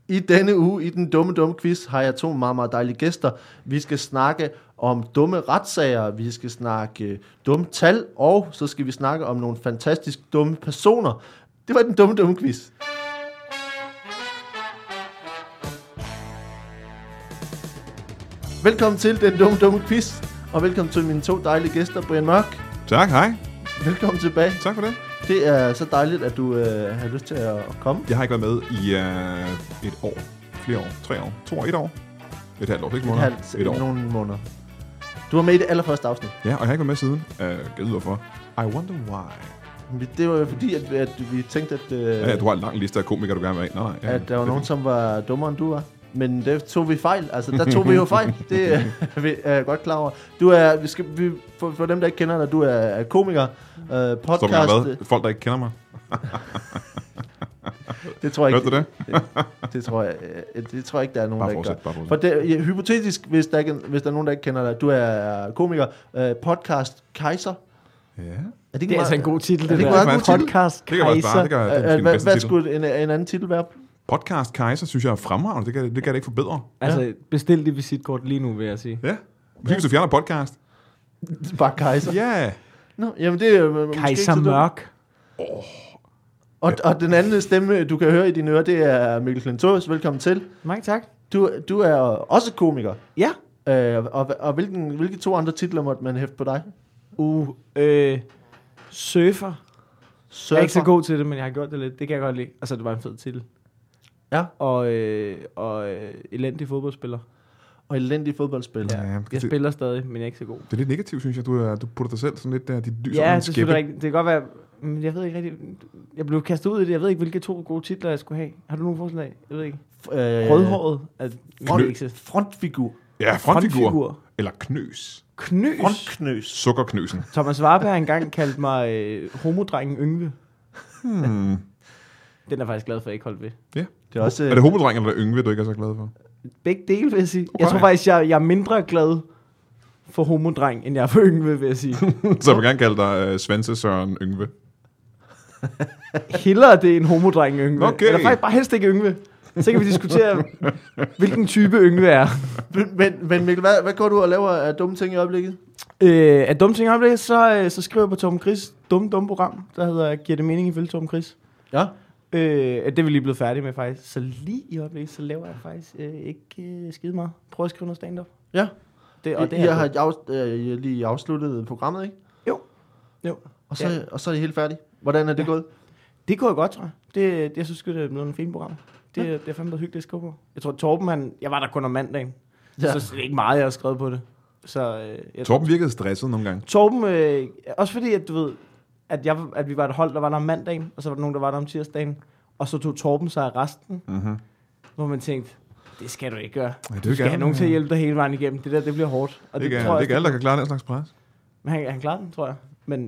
I denne uge, i den dumme quiz, har jeg 2 meget, meget dejlige gæster. Vi skal snakke om dumme retssager, vi skal snakke dumme tal, og så skal vi snakke om nogle fantastisk dumme personer. Det var den dumme quiz. Velkommen til den dumme quiz, og velkommen til mine 2 dejlige gæster, Brian Mørk. Tak, hej. Velkommen tilbage. Tak for det. Det er så dejligt, at du har lyst til at komme. Jeg har ikke været med i et år, flere år, 3 år, 2 år, 1 år. Et halvt år, ikke måneder. Et år. Nogle måneder. Du var med i det allerførste afsnit. Ja, og jeg har ikke været med siden. Gad hvorfor. I wonder why. Det var jo fordi, at vi tænkte, at... Ja, du har en lang liste af komikere, du gerne vil have. Nej, at der var nogen, som var dummere, end du var. Men det tog vi fejl. Altså, der tog vi jo fejl. Det er jeg godt klar over. Du er... For dem, der ikke kender dig, du er komiker. Podcast... Som jeg har været. Folk, der ikke kender mig. Det tror jeg ikke. Hørte du det? Det tror jeg ikke, der er nogen, bare der fortsæt, ikke gør. For det, hypotetisk, hvis der er nogen, der ikke kender dig, du er komiker. Podcast Kaiser. Ja. Det er altså en god titel, det der. Podcast Kaiser. Hvad skulle en anden titel være? Podcast Kaiser, synes jeg er fremragende. Det kan det ikke forbedre. Altså, bestil dit visitkort lige nu, vil jeg sige. Ja. Hvis du fjerner podcast. Bare Kaiser. Ja. Nå, jamen det er... Kaiser Mørk. Og den anden stemme, du kan høre i dine ører, det er Mikkel Klintorius. Velkommen til. Mange tak. Du er også komiker. Ja. Og hvilke 2 andre titler måtte man hæfte på dig? Surfer. Jeg er ikke så god til det, men jeg har gjort det lidt. Det kan jeg godt lide. Altså, det var en fed titel. Ja. Og elendig fodboldspiller. Og elendig fodboldspiller. Ja, jeg spiller stadig, men jeg er ikke så god. Det er lidt negativt, synes jeg. Du putter dig selv sådan lidt der. Ja, det er rigtigt. Det kan godt være... Men jeg ved ikke rigtig... Jeg blev kastet ud i det. Jeg ved ikke, hvilke 2 gode titler jeg skulle have. Har du nogen forslag? Jeg ved ikke. Rødhåret. Frontfigur. Ja, frontfigur. Eller knøs. Knøs? Frontknøs. Sukkerknøsen. Thomas Warberg engang kaldte mig homodrengen Yngve. Den er faktisk glad for, at jeg ikke holdt ved. Ja. Det er, også, er det homodrengen eller Yngve, du ikke er så glad for? Begge dele, vil jeg sige. Okay. Jeg tror faktisk, jeg er mindre glad for homodreng, end jeg er for Yngve, vil jeg sige. Så jeg vil gerne kalde dig Svense Søren Yngve. Hellere det end homodreng Yngve. Okay. Eller faktisk bare helst ikke Yngve. Så kan vi diskutere, hvilken type Yngve er. Men Mikkel, hvad går du og laver af dumme ting i øjeblikket? Af dumme ting i øjeblikket, så skriver jeg på Torben Chris dumme program, der hedder Giver det mening ifølge Torben Chris. Ja. Det er vi lige blevet færdige med faktisk. Så lige i øjeblikket, så laver jeg faktisk ikke skide meget. Prøver at skrive noget stand-up. Ja. Jeg har lige afsluttet programmet, ikke? Jo. Og så er det helt færdigt. Hvordan er det gået? Det går godt, tror jeg. Jeg synes, det er blevet en fin program. Det er fandme hyggeligt at skrive på. Jeg tror, Torben, jeg var der kun om mandagen. Ja. Så det er ikke meget, jeg har skrevet på det. Så, Torben virkede stresset nogle gange. Torben, også fordi, at du ved, at vi var et hold, der var der om mandagen, og så var der nogen, der var der om tirsdagen, og så tog Torben sig af resten, hvor man tænkte, det skal du ikke gøre. Ja, du skal have nogen til at hjælpe dig hele vejen igennem. Det bliver hårdt. Og det er ikke alle, der kan klare den slags pres. Men han klarede den, tror jeg. Men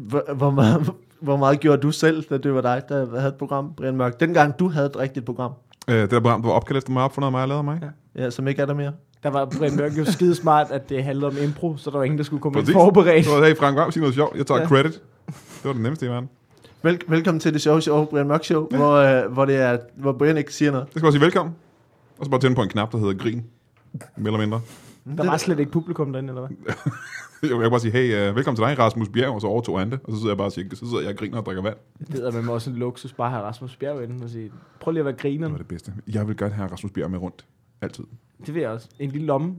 hvor meget gjorde du selv, da det var dig, der havde et program, Brian Mørk? Dengang du havde et rigtigt program. Det der program, der var opkaldt efter mig, opfundet af mig og lavet af mig. Ja, som ikke er der mere. Der var Brian Mørk jo skide smart, at det handlede om impro, så der var ingen, der skulle komme ind forberedt. Så hey, Frank Vam, sig noget sjovt. Jeg tager credit. Det var det nemmeste i verden. Velkommen til det show, Brian Mørk Show, hvor Brian ikke siger noget. Det skal bare sige velkommen. Og så bare tænde på en knap, der hedder grin. Mere eller mindre. Der var slet ikke publikum derinde, eller hvad? Jeg kan bare sige, hey, velkommen til dig, Rasmus Bjerg, og så overtog Ante. Og så sidder jeg bare og siger, så sidder jeg og griner og drikker vand. Det er med mig også en luksus, bare have Rasmus Bjerg inde og sige, prøv lige at være griner. Det var det bedste. Jeg vil godt have Rasmus Bjerg med rundt. Altid. Det vil jeg også. En lille lomme.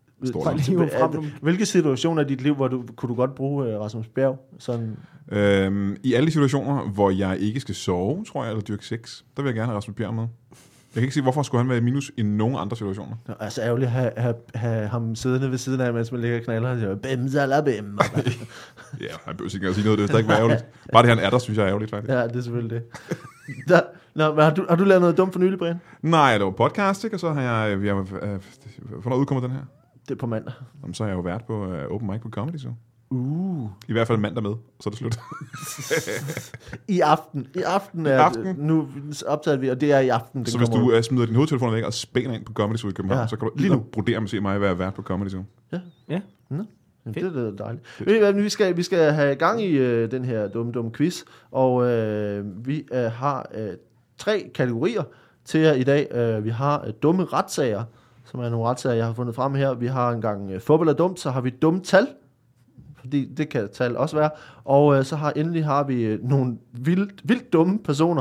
Hvilke situationer i dit liv, hvor kunne du godt bruge Rasmus Bjerg? Sådan? I alle de situationer, hvor jeg ikke skal sove, tror jeg, eller dyrke sex, der vil jeg gerne have Rasmus Bjerg med. Jeg kan ikke sige, hvorfor skulle han være i minus i nogen andre situationer. Det er altså ærgerligt at have ham siddende ved siden af, mens man ligger og knaller. Og siger, bim. Ja, han behøver ikke at sige noget, det er stadig ærgerligt. Bare det, han er der, synes jeg er ærgerligt, faktisk. Ja, det er selvfølgelig det. Har du lavet noget dumt for nylig, Brian? Nej, det var podcast, ikke? Og så har jeg hvornår udkommer den her? Det er på mandag. Jamen, så er jeg jo vært på Open Mic på Comedy Zoo. I hvert fald mandag med, så er det slut. I aften er nu optaget vi, og det er i aften. Så hvis du smider din hovedtelefon væk og spænder ind på Comedy Zoo i København, så kan du lige nu brodere med mig at være vært på Comedy Zoo. Ja. Det er dejligt. Vi skal have gang i den her dumme quiz, og vi har 3 kategorier til jer i dag. Vi har dumme retssager, som er nogle retssager, jeg har fundet frem her. Vi har engang fodbold er dumt, så har vi dumme tal, fordi det kan tal også være. Og så endelig har vi nogle vildt dumme personer,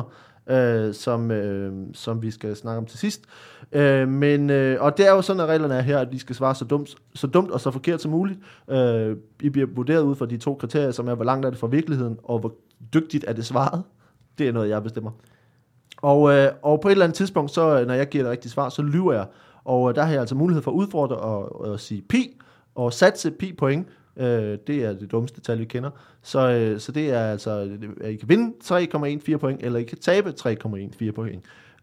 som vi skal snakke om til sidst. Og det er jo sådan, at reglerne er her, at de skal svare så dumt og så forkert som muligt. I bliver vurderet ud fra de 2 kriterier, som er, hvor langt er det fra virkeligheden, og hvor dygtigt er det svaret. Det er noget, jeg bestemmer. Og på et eller andet tidspunkt, så når jeg giver det rigtige svar, så lyver jeg. Og der har jeg altså mulighed for at udfordre og sige pi, og satse pi-point. Det er det dummeste tal, vi kender. Så det er altså, at I kan vinde 3,14 point, eller I kan tabe 3,14 point.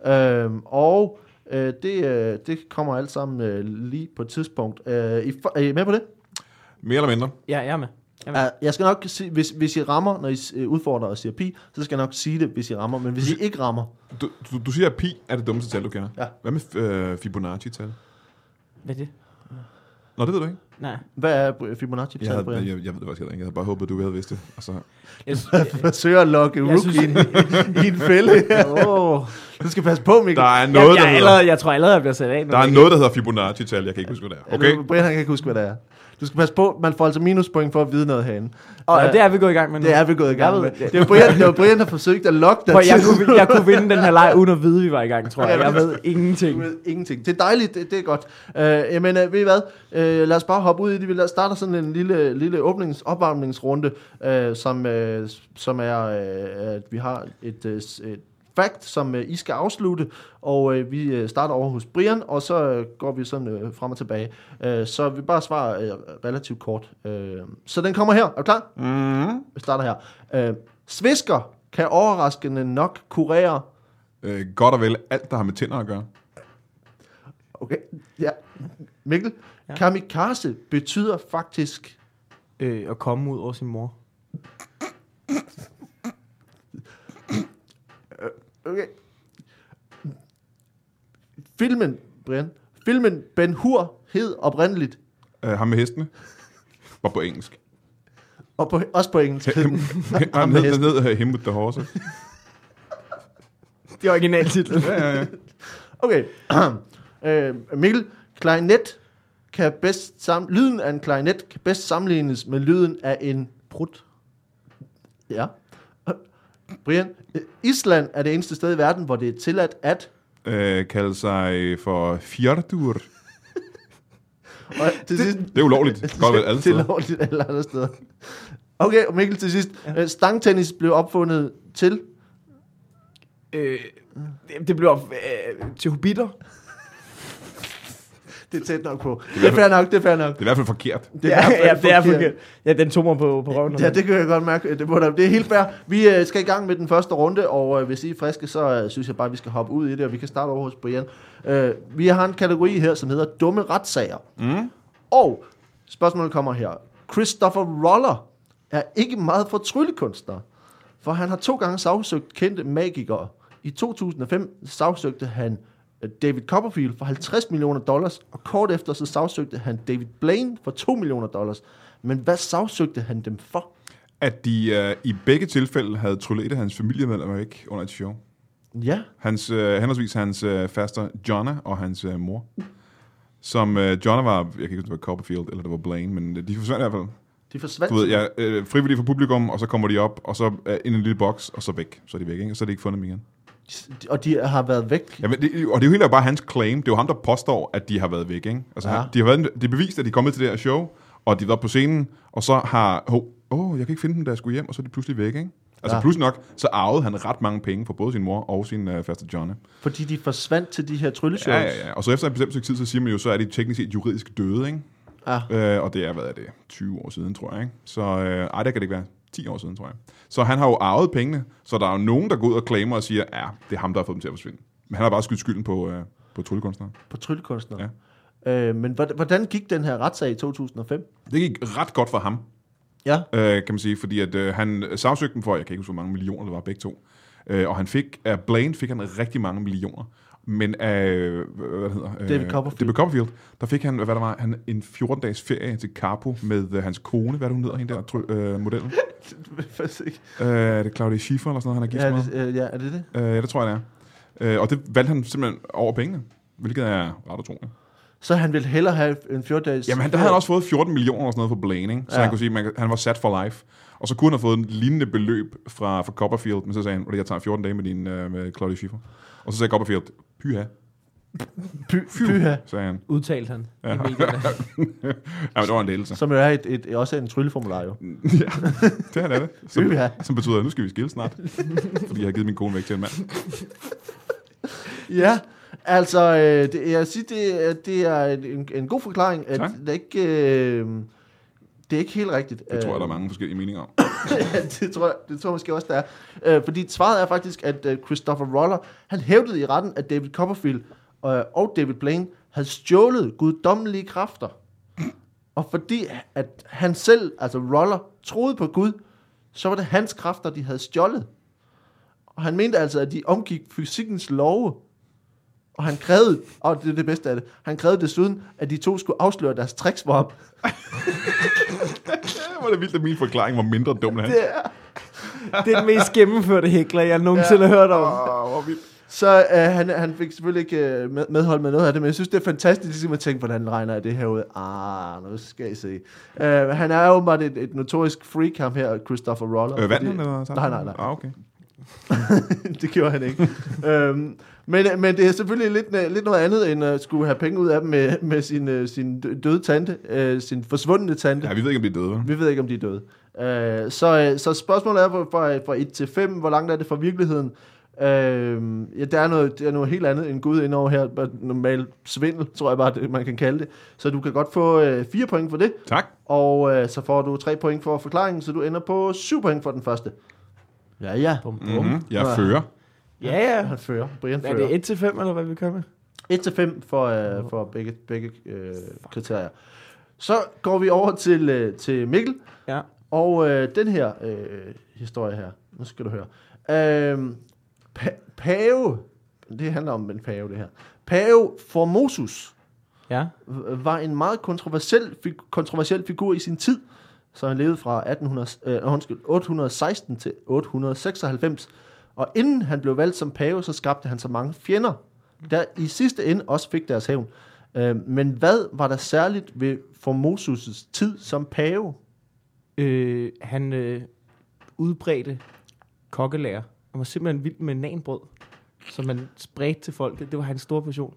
Det kommer alt sammen lige på et tidspunkt. Er I med på det? Mere eller mindre. Ja, jeg er med. Jeg skal nok sige, hvis I rammer, når I udfordrer og siger pi, så skal jeg nok sige det, hvis I rammer. Men hvis I ikke rammer... Du siger, at pi er det dummeste tal, du kender. Ja. Hvad med Fibonacci-tal? Hvad er det? Nå, det ved du ikke. Nej. Hvad er Fibonacci-tal, Brian? Jeg ved det faktisk ikke. Jeg havde bare håbet, du havde vidst det. Og så... Jeg forsøger at lokke rookie i en fælde. Du skal passe på, Mikkel. Der er noget, jeg tror allerede, jeg bliver sat af. Der er noget, der hedder Fibonacci-tal. Jeg kan ikke huske, hvad det er. Okay? Brian, han kan ikke huske, hvad det er. Du skal passe på, man får altså minuspoint for at vide noget herinde. Og det er vi gået i gang med nu. Det er vi gået i gang med. Det var Brian, der forsøgte at lokke dig til. Jeg kunne vinde den her leg, uden at vide, vi var i gang, tror jeg. Jeg ved ingenting. Det er dejligt, det er godt. Ved I hvad? Lad os bare hoppe ud i det. Vi starter sådan en lille opvarmningsrunde, som er, at vi har et fact, som I skal afslutte, og vi starter over hos Brian, og så går vi sådan frem og tilbage. Så vi bare svarer relativt kort. Så den kommer her. Er du klar? Mm-hmm. Vi starter her. Svisker kan overraskende nok kurere... godt og vel alt, der har med tænder at gøre. Okay, ja. Mikkel, ja. Kamikaze betyder faktisk... at komme ud over sin mor. Okay. Filmen Ben Hur hed oprindeligt. Ham med hestene. Var på engelsk. Og også på engelsk. Han hed Him with the Horses. Det er originaltitlen. Ja. Okay. Mikkel, klarinet kan bedst lyden af en klarinet kan bedst sammenlignes med lyden af en prut. Ja. Brian, Island er det eneste sted i verden, hvor det er tilladt at... kalde sig for fjartur. Det er ulovligt. Godt vel alle steder. Det er ulovligt alle andre steder. Okay, og Mikkel til sidst. Ja. Stangtennis blev opfundet til... det blev til hobitter. Det er tæt nok på. Det er fair nok. Det er i hvert fald forkert. Det er forkert. Ja, den tog mig på røven. Ja, det kan jeg godt mærke. Det er helt fair. Vi skal i gang med den første runde, og hvis I er friske, så synes jeg bare, at vi skal hoppe ud i det, og vi kan starte over hos Brian. Vi har en kategori her, som hedder dumme retssager. Mm. Og spørgsmålet kommer her. Christopher Roller er ikke meget for tryllekunstner, for han har 2 gange sagsøgt kendte magikere. I 2005 sagsøgte han David Copperfield for $50 million, og kort efter så sagsøgte han David Blaine for $2 million. Men hvad sagsøgte han dem for? At de i begge tilfælde havde tryllet et af hans familiemedlemmer væk under et show. Ja. Henholdsvis hans faster Jonna og hans mor. Som Jonna var, jeg kan ikke huske, det var Copperfield eller det var Blaine, men de forsvandt i hvert fald. De forsvandt? Du ved, frivillige for publikum, og så kommer de op, og så ind i en lille boks, og så væk. Så er de væk, ikke? Og så er de ikke fundet dem igen. Og de har været væk? Ja, og det er jo helt bare hans claim. Det er jo ham, der påstår, at de har været væk, ikke? Altså, ja. De har bevist, at de er kommet til det her show, og de er været på scenen, og så har... jeg kan ikke finde dem, da jeg skulle hjem, og så er de pludselig væk, ikke? Altså pludselig nok, så arvede han ret mange penge for både sin mor og sin faster Jonna. Fordi de forsvandt til de her trylleshows? Ja. Og så efter en bestemt tid, så siger man jo, så er de teknisk set juridisk døde, ikke? Ja. Og det er, hvad er det, 20 år siden, tror jeg, ikke? Så det kan det ikke være. 10 år siden, tror jeg. Så han har jo arvet pengene, så der er jo nogen, der går ud og claimer og siger, ja, det er ham, der har fået dem til at forsvinde. Men han har bare skudt skylden på tryllekunstnere. På tryllekunstnere? Ja. Men hvordan gik den her retssag i 2005? Det gik ret godt for ham, ja. Kan man sige, fordi at han sagsøgte dem for, jeg kan ikke huske, hvor mange millioner det var begge to. Og han af Blaine fik han rigtig mange millioner. Men af, David Copperfield, der fik han, en 14-dages ferie til Capo med hans kone, hvad hun hedder, hende der modellen. Det er det Claudia Schiffer eller sådan noget, han er gift med? Ja, er det det? Ja, det tror jeg, det Og det valgte han simpelthen over pengene, hvilket er ret utroligt. Så han ville hellere have en 14-dages... Jamen, der havde han også fået 14 millioner og sådan noget for Blaine, ikke? Så han kunne sige, han var sat for life. Og så kunne han have fået en lignende beløb fra Copperfield, men så sagde han, jeg tager 14 dage med Claudia Schiffer. Og så sagde Copperfield, pyha. Pyha, sagde han. Udtalte han i medierne. Ja, men det var en ledelse. Som jo er også en trylleformular, jo. Ja, det er det. Som betyder, at nu skal vi skille snart. Fordi jeg har givet min kone væk til en mand. Ja, altså, jeg siger, det er en god forklaring, at det er ikke helt rigtigt. Det tror jeg, der er mange forskellige meninger om. det tror jeg måske også, der er. Fordi svaret er faktisk, at Christopher Roller, han hævdede i retten, at David Copperfield og David Blaine havde stjålet guddommelige kræfter. Og fordi at han selv, altså Roller, troede på Gud, så var det hans kræfter, de havde stjålet. Og han mente altså, at de omgik fysikkens love. Og han krævede, og det er det bedste af det, han krævede desuden, at de to skulle afsløre deres tricks for ham. Hvor det vildt, at min forklaring var mindre dum end han. Det er den mest gennemførte hækler, jeg nogensinde har hørt om. Hvor vildt. Så han fik selvfølgelig ikke medhold med noget af det, men jeg synes, det er fantastisk ligesom at tænke, hvordan regner jeg det her ud. Nu skal I se. Han er jo bare et notorisk freak, ham her, Christopher Roller. Vandt han eller sådan? Nej. Okay. Det gjorde han ikke. Men det er selvfølgelig lidt noget andet, end at skulle have penge ud af dem med sin døde tante, sin forsvundne tante. Ja, vi ved ikke, om de er døde. Vi ved ikke, om de er døde. Så spørgsmålet er fra 1 til 5, hvor langt er det fra virkeligheden? Der er noget helt andet end Gud indover her. Normal svindel, tror jeg bare, det, man kan kalde det. Så du kan godt få 4 point for det. Tak. Og så får du 3 point for forklaringen, så du ender på 7 point for den første. Ja. Mm-hmm. Jeg fører. Ja. Han fører. Brian fører. Er det 1 til 5, eller hvad vi kører med? 1 til 5 for begge kriterier. Så går vi over til Mikkel. Ja. Og den her historie her, nu skal du høre. Pave, det handler om en pave, det her. Pave Formosus var en meget kontroversiel figur i sin tid, så han levede fra 816 til 896. Og inden han blev valgt som pave, så skabte han så mange fjender, der i sidste ende også fik deres hævn. Men hvad var der særligt ved Formosus' tid som pave? Han udbredte kokkelærer. Han var simpelthen vild med nanbrød, som man spredte til folk. Det var hans store passion.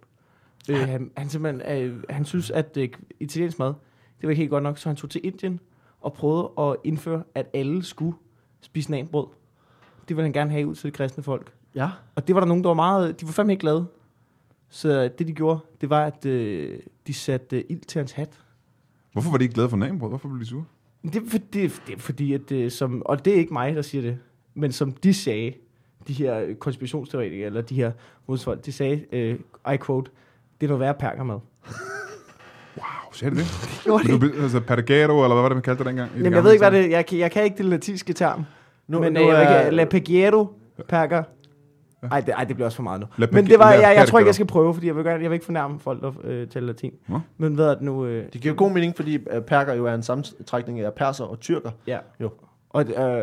Han synes, at italiensk mad, det var ikke helt godt nok, så han tog til Indien og prøvede at indføre, at alle skulle spise nanbrød. Det ville han gerne have ud til det kristne folk. Ja. Og det var der nogen, der var meget... De var fandme ikke glade. Så det, de gjorde, det var, at de satte ild til hans hat. Hvorfor var de ikke glade for nanbrød? Hvorfor blev de sure? Det er fordi, at og det er ikke mig, der siger det, men som de sagde, de her konspirationsteoretikere, eller de her modsfolk, de sagde, I quote, det er noget værre perkermad. Wow, sagde det det? Altså Pergero, eller hvad var det, man kaldte det dengang? Jamen, jeg ved ikke, hvad det er. Jeg kan ikke det latinske term. La Pergero, perker. Ej, det bliver også for meget nu. Men det var, jeg tror ikke, jeg skal prøve, fordi jeg vil ikke fornærme folk, der taler latin. Men hvad er det nu? Det giver god mening, fordi perker jo er en sammentrækning af perser og tyrker. Ja. Jo. Og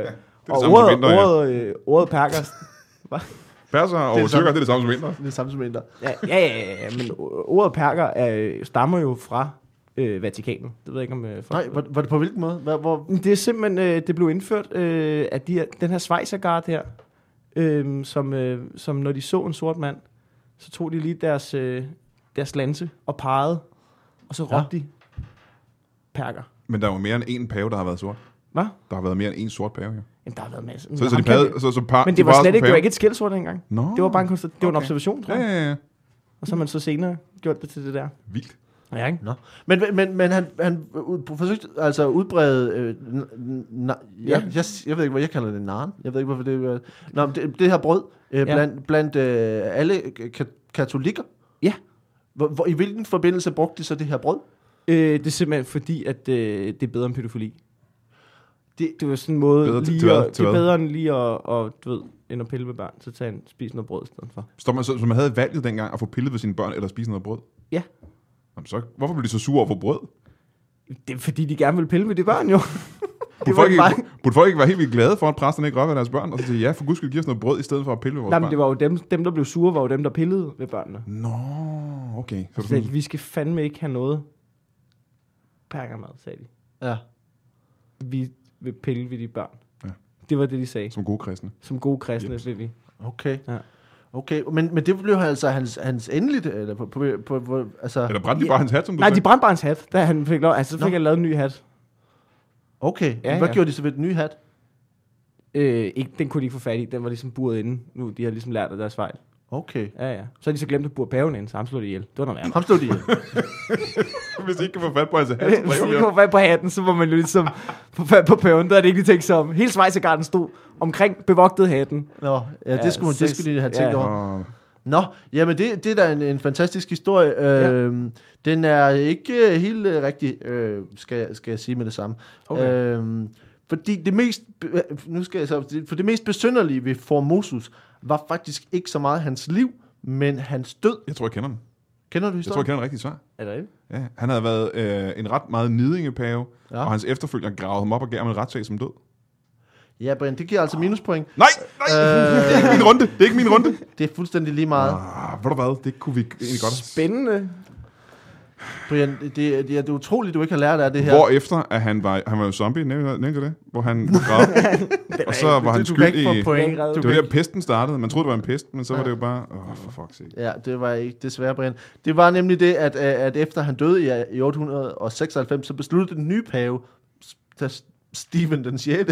ordet perker... Perser og tyrker, det er det samme som indre. Det er det samme som indre. Ja, men ordet perker stammer jo fra Vatikanet. Det ved jeg ikke, om folk... Nej, var det på hvilken måde? Hvor? Det er simpelthen, det blev indført af den her Schweizergarde her, som når de så en sort mand, så tog de lige deres lanse og pegede, og så råbte de perker. Men der var mere end én pave, der har været sort. Hvad? Der har været mere end én sort pave, ja. Jamen, der har været masser. Men det var slet ikke, det var ikke et skældsord engang. No. Det var bare det var en observation, tror jeg. Ja. Og så har man så senere gjort det til det der. Vildt. Ja, ikke? Nå. Men han forsøgte altså udbrede... jeg ved ikke, hvad jeg kalder det, naren. Jeg ved ikke, hvorfor det... Det her brød blandt alle katolikker. Ja. I hvilken forbindelse brugte de så det her brød? Det er simpelthen fordi, at det er bedre end pædofili. Det var sådan en måde... Det er bedre end lige at du ved, end at pille ved børn, så spise noget brød i stedet for. Så man havde valget dengang at få pillet ved sine børn, eller spise noget brød? Ja. Jamen, så, hvorfor blev de så sure over for brød? Det er fordi, de gerne vil pille med de børn, jo. Burde folk ikke være helt vildt glade for, at præsterne ikke rører ved deres børn? Og så sige, ja, for guds skyld, giv os noget brød, i stedet for at pille ved vores børn. Men det var jo dem, der blev sure, var jo dem, der pillede ved børnene. Nå, okay. Så vi skal fandme ikke have noget perkermad, sagde de. Ja. Vi vil pille ved de børn. Ja. Det var det, de sagde. Som gode kristne. Som gode kristne vil vi. Okay. Ja. Okay, men det blev altså hans endeligt, eller altså... Eller brændte de bare hans hat, som du Nej, sagde? de brændte bare hans hat, da han fik lov. Altså, så fik jeg lavet en ny hat. Okay, hvad gjorde de så ved den nye hat? Den kunne de ikke få fat i. Den var ligesom buret inde. Nu, de har ligesom lært af deres fejl. Okay. Ja. Så har de så glemt at bure paven ind, så ham slog de ihjel. Det var noget værd. Ham slog de ihjel. Hvis de ikke kan få fat på hans hat, så hvis de ikke kan få fat på hatten, så må man jo ligesom få fat på paven. Der er det ikke lige tænkt sig om. Hele Schweizergarden stod omkring bevogtet hatten. Nå, ja, det skulle de have tænkt over. Nå, jamen det er da en fantastisk historie. Den er ikke helt rigtig, skal jeg sige med det samme. Okay. Fordi det mest besynderlige ved Formosus var faktisk ikke så meget hans liv, men hans død. Jeg tror, jeg kender den. Kender du historien? Jeg tror, jeg kender den rigtige svar. Er det? Ja, han havde været en ret meget nidingepave, og hans efterfølger gravede ham op og gav ham en retssag som død. Ja, Brian, det giver altså minuspoint. Nej, det er ikke min runde. Det er ikke min runde. Det er fuldstændig lige meget. Ved du hvad, det kunne vi egentlig godt. Spændende. Brian, det er utroligt, du ikke har lært af det her. Hvorefter at han var jo zombie, nævnte det? Hvor han gravede. Og så var han skyld i... Det var der pesten startede. Man troede, det var en pest, men så var det jo bare... for fuck's sake. Ja, det var ikke desværre, Brian. Det var nemlig det, at efter han døde i 896, så besluttede den nye pave, Steven den 6.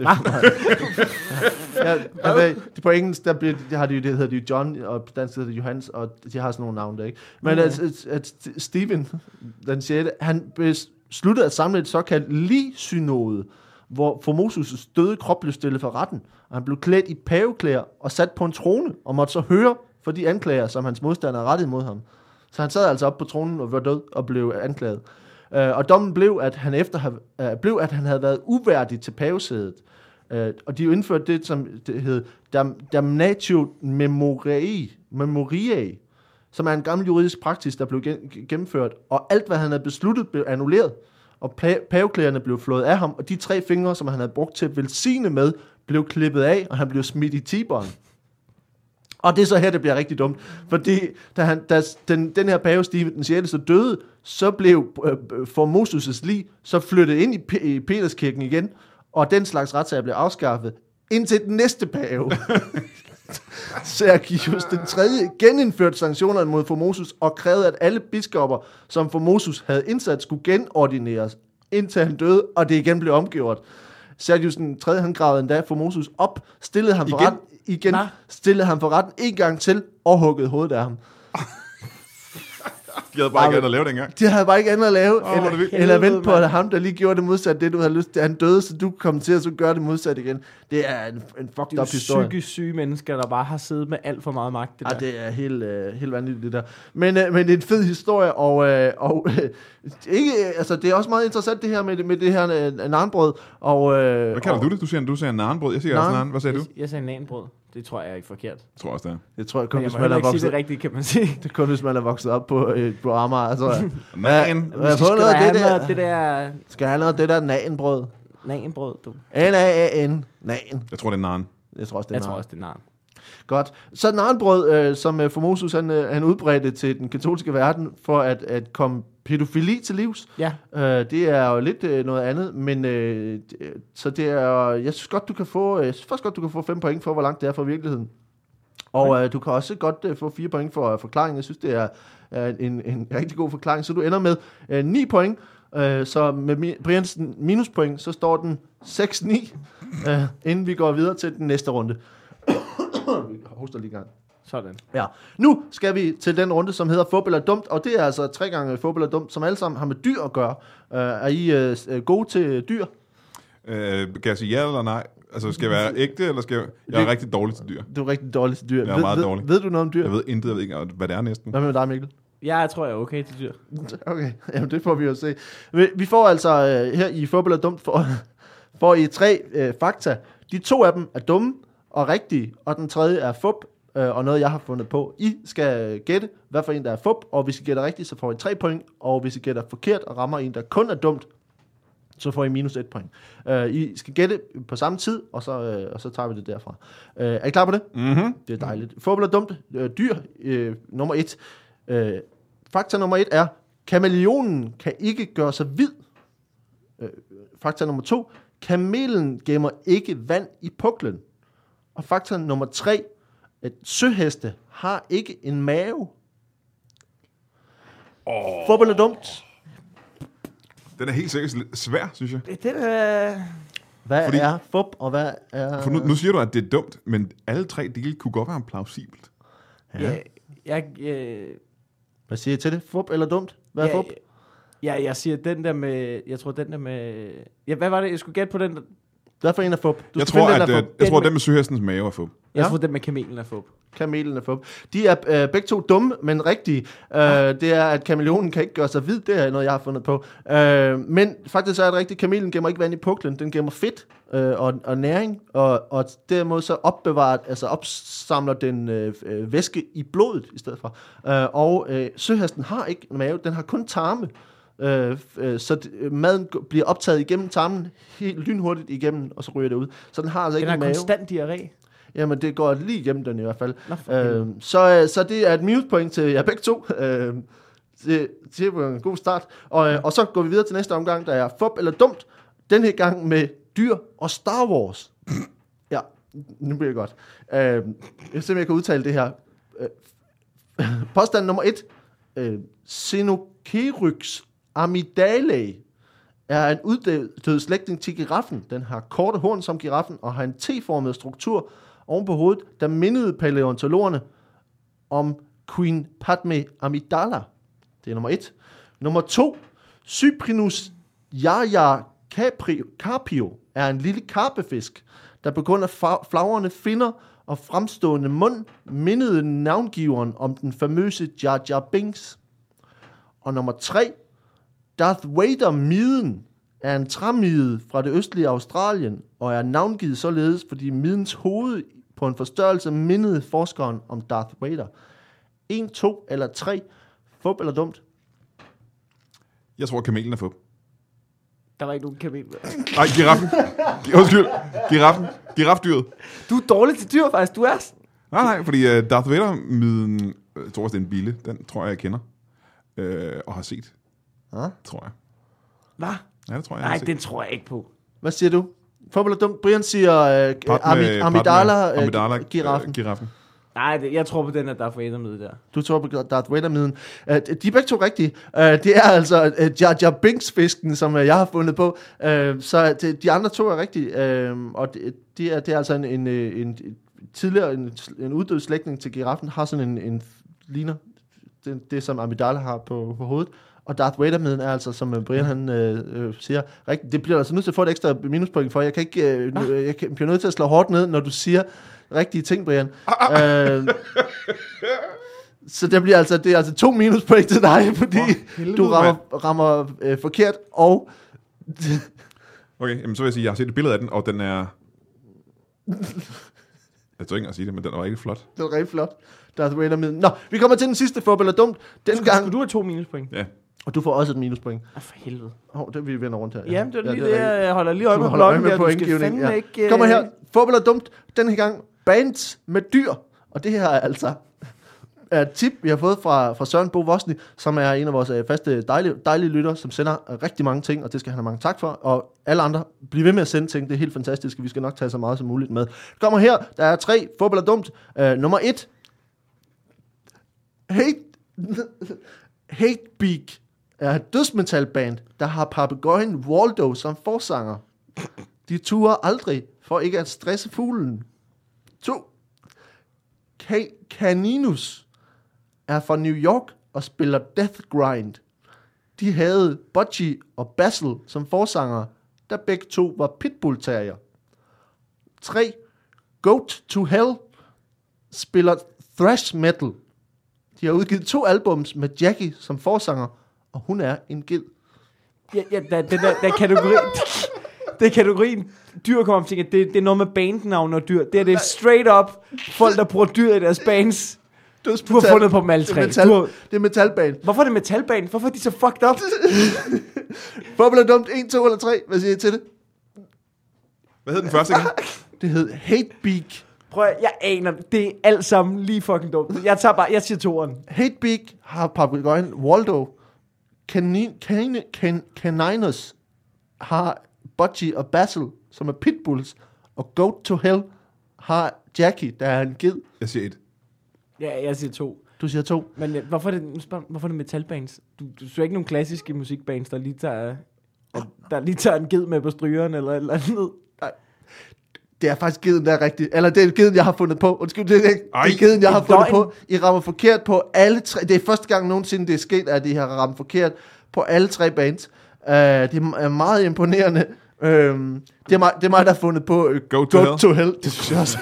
På engelsk, hedder de John, og på dansk hedder de Johannes, og de har sådan nogle navne der, ikke? Men at Steven den 6. han besluttede at samle et såkaldt ligsynode, hvor Formosus' døde krop blev stillet for retten, og han blev klædt i paveklæder og sat på en trone, og måtte så høre for de anklager, som hans modstandere rettede mod ham. Så han sad altså op på tronen og var død og blev anklaget. Og dommen blev, at han havde været uværdig til pavesædet. Og de indførte det, som det hed damnatio memoriae, som er en gammel juridisk praksis, der blev gennemført. Og alt, hvad han havde besluttet, blev annulleret. Og paveklæderne blev flået af ham, og de 3 fingre, som han havde brugt til at velsigne med, blev klippet af, og han blev smidt i Tiberen. Og det er så her, det bliver rigtig dumt. Fordi da den her pave Steven den 6. så døde, så blev Formosus' lig så flyttet ind i Peterskirken igen, og den slags retssager blev afskaffet, indtil den næste pave. Sergius den 3. genindførte sanktionerne mod Formosus og krævede, at alle biskopper, som Formosus havde indsat, skulle genordineres, indtil han døde, og det igen blev omgjort. Sergius den 3. han gravede endda Formosus op, stillede ham for retten igen, stillede ham for retten en gang til, og huggede hovedet af ham. De havde bare ikke andet at lave dengang. De havde bare ikke andet at lave, eller vente på at ham, der lige gjorde det modsatte, det du havde lyst til. Han døde, så du kom til at så gøre det modsatte igen. Det er en fucked up historie. Det er psykisk syge mennesker, der bare har siddet med alt for meget magt. Det er helt vanvittigt, det der. Men det er en fed historie, og ikke, altså, det er også meget interessant, det her med det her nanbrød. Hvad kalder du det? Du siger nanbrød. Jeg siger også nan. Hvad sagde du? Jeg sagde nanbrød. Det tror jeg er ikke forkert. Jeg tror også, det er. Det tror jeg kun, hvis man er vokset... det rigtigt, kan man sige. Det kun, hvis man er vokset op på Amager. Altså, skal have noget af det der nanbrød. Nanbrød, du. N-A-A-N. Nan. Jeg tror, det er nan. Jeg tror også, det er nan. Godt. Så nanbrød, som Formosus han udbredte til den katolske verden, for at komme pædofili til livs. Ja. Det er jo lidt noget andet, men så det er, jeg synes godt, du kan få 5 point for, hvor langt det er fra virkeligheden. Og du kan også godt få 4 point for forklaringen. Jeg synes, det er en rigtig god forklaring. Så du ender med 9 point. Så med Brians minuspoint, så står den 6-9, inden vi går videre til den næste runde. Vi hoster lige i gang. Sådan. Ja. Nu skal vi til den runde, som hedder Fup eller Dumt, og det er altså 3 gange Fup eller Dumt, som alle sammen har med dyr at gøre. Er I gode til dyr? Kan jeg sige ja eller nej? Altså, skal jeg være ægte, eller skal jeg er rigtig dårlig til dyr? Du er rigtig dårlig til dyr. Jeg er meget dårlig. Ved du noget om dyr? Jeg ved intet, jeg ved ikke, hvad det er næsten. Hvad med dig, Mikkel? Jeg tror, jeg er okay til dyr. Okay, jamen det får vi jo se. Vi får altså her i Fup eller Dumt, får I 3 fakta. De 2 af dem er dumme og rigtige, og den tredje er fup, og noget, jeg har fundet på. I skal gætte, hvad for en, der er fup, og hvis I gætter rigtigt, så får I 3 point, og hvis I gætter forkert og rammer en, der kun er dumt, Så får I minus 1 point. I skal gætte på samme tid, og så tager vi det derfra. Er I klar på det? Mm-hmm. Det er dejligt. Fup eller dumt? Dyr, nummer 1. Fakta nummer 1 er, kameleonen kan ikke gøre sig hvid. Fakta nummer 2, kamelen gemmer ikke vand i puklen. Og fakta nummer 3, at søheste har ikke en mave. Fup eller dumt? Den er helt sikkert svær, synes jeg. Hvad er fup, og hvad er... For nu siger du, at det er dumt, men alle 3 dele kunne godt være plausibelt. Ja. Hvad siger I til det? Fup eller dumt? Hvad er fup? Ja, jeg siger den der med... Jeg tror, den der med... Ja, hvad var det? Jeg skulle gætte på den der... Hvad for en er fup? Jeg tror, den med søhestens mave er fup. Jeg tror, den med kamelen er fup. Kamelen er fup. De er begge to dumme, men rigtige. Det er, at kameleonen kan ikke gøre sig hvid. Det er noget, jeg har fundet på. Men faktisk er det rigtigt. Kamelen gemmer ikke vand i puklen. Den gemmer fedt og næring. Og derimod så opsamler den væske i blodet i stedet for. Søhesten har ikke en mave. Den har kun tarme. Så maden bliver optaget igennem tarmen helt lynhurtigt igennem, og så ryger det ud. Så den har altså ikke en mave. Den har konstant diarré. Jamen, det går lige igennem den i hvert fald. Så det er et minuspoint til jer begge to. Det var en god start. Og så går vi videre til næste omgang, der er fup eller dumt. Den her gang med dyr og Star Wars. Ja, nu bliver det godt. Jeg ser, om jeg kan udtale det her. Påstand nummer 1. Xenocerux amygdalae er en uddød slægtning til giraffen. Den har korte horn som giraffen og har en T-formet struktur oven på hovedet, der mindede paleontologerne om Queen Padme Amidala. Det er nummer 1. Nummer 2. Cyprinus carpio er en lille karpefisk, der på grund af flagrende finner og fremstående mund mindede navngiveren om den famøse Jar Jar Binks. Og nummer 3. Darth Vader-miden er en træmide fra det østlige Australien, og er navngivet således, fordi midens hoved på en forstørrelse mindede forskeren om Darth Vader. 1, 2 eller 3. Fup eller dumt? Jeg tror, kamelen er fup. Der var ikke nogen kamel. Nej, giraffen. Girafdyret. Du er dårlig til dyr, faktisk. Du er... Nej, fordi Darth Vader-myden, jeg tror også, det er en bille. Den tror jeg kender. Og har set. Tror jeg. Hvad? Ja, det tror jeg. Nej, den tror jeg ikke på. Hvad siger du? Fup eller dumt? Brian siger Amidala-giraffen. Nej, jeg tror på den, at der er Vader-mide der. Du tror på Darth Vader-miden. De er begge to rigtige. Det er altså Jar Jar Binks-fisken, som jeg har fundet på. Så de andre to er rigtige. Og det er altså en tidligere en uddød slægtning til giraffen, har sådan en ligner det som Amidala har på hovedet. Og Darth Vader-miden er altså, som Brian han siger, rigtigt. Det bliver altså nødt til at få et ekstra minuspoint for. Jeg bliver nødt til at slå hårdt ned, når du siger rigtige ting, Brian. Så det er altså 2 minuspoint til dig, fordi du rammer forkert, og... Okay, jamen så vil jeg sige, at jeg har set et billede af den, og den er... Jeg tror ikke at sige det, men den er rigtig flot. Den er rigtig flot. Darth Vader-miden. Nå, vi kommer til den sidste fup eller dumt. Skulle du have 2 minuspoint? Ja. Og du får også et minuspoint. For helvede. Det vi vender rundt her. Ja, det er lige det, jeg holder lige øje med blokken der. Du skal fandme ikke... Kommer her. Fup eller dumt. Den her gang bands med dyr. Og det her er altså et tip, vi har fået fra Søren Bo Vosny, som er en af vores faste dejlige lytter, som sender rigtig mange ting, og det skal han have mange tak for. Og alle andre, bliv ved med at sende ting. Det er helt fantastisk. Vi skal nok tage så meget som muligt med. Kommer her. Der er 3. Fup eller dumt. Nummer 1. Hatebeak er et dødsmetalband, der har papegøjen Waldo som forsanger. De turer aldrig for ikke at stresse fuglen. 2. Caninus er fra New York og spiller Death Grind. De havde Budgie og Basil som forsanger, der begge to var Pitbull Terrier. 3. Goat to Hell spiller thrash metal. De har udgivet 2 albums med Jackie som forsanger, og hun er en ged. Ja, den kategori... Det er kategorien dyr kommer til, at det er noget med bandnavn og dyr. Det er straight up folk, der bruger dyr i deres bands. Du har fundet på dem alle 3. Det er metalband. Hvorfor er det metalband? Hvorfor er de så fucked up? Fodbold er dumt. 1, 2 eller 3. Hvad siger I til det? Hvad hed den første igen? Det hed Hatebeak. Prøv at, jeg aner det er alt sammen lige fucking dumt. Jeg siger toeren. Hatebeak har papegøjen Waldo. Caninus har Budgie og Basil, som er pitbulls. Og Goat to Hell har Jackie, der er en ged. Jeg siger 1. Ja, jeg siger 2. Du siger 2. Men hvorfor er det metalbands? Du ser ikke nogen klassiske musikbands, der lige tager en ged med på strygeren eller et eller andet. Nej. Det er faktisk geden, der er rigtigt. Eller det er geden, jeg har fundet på. Undskyld, det er geden, jeg har fundet på. I rammer forkert på alle 3. Det er første gang nogensinde, det er sket, at I har ramt forkert på alle 3 bands. Det er meget imponerende. Det er mig, der har fundet på Go to Hell. Det synes jeg også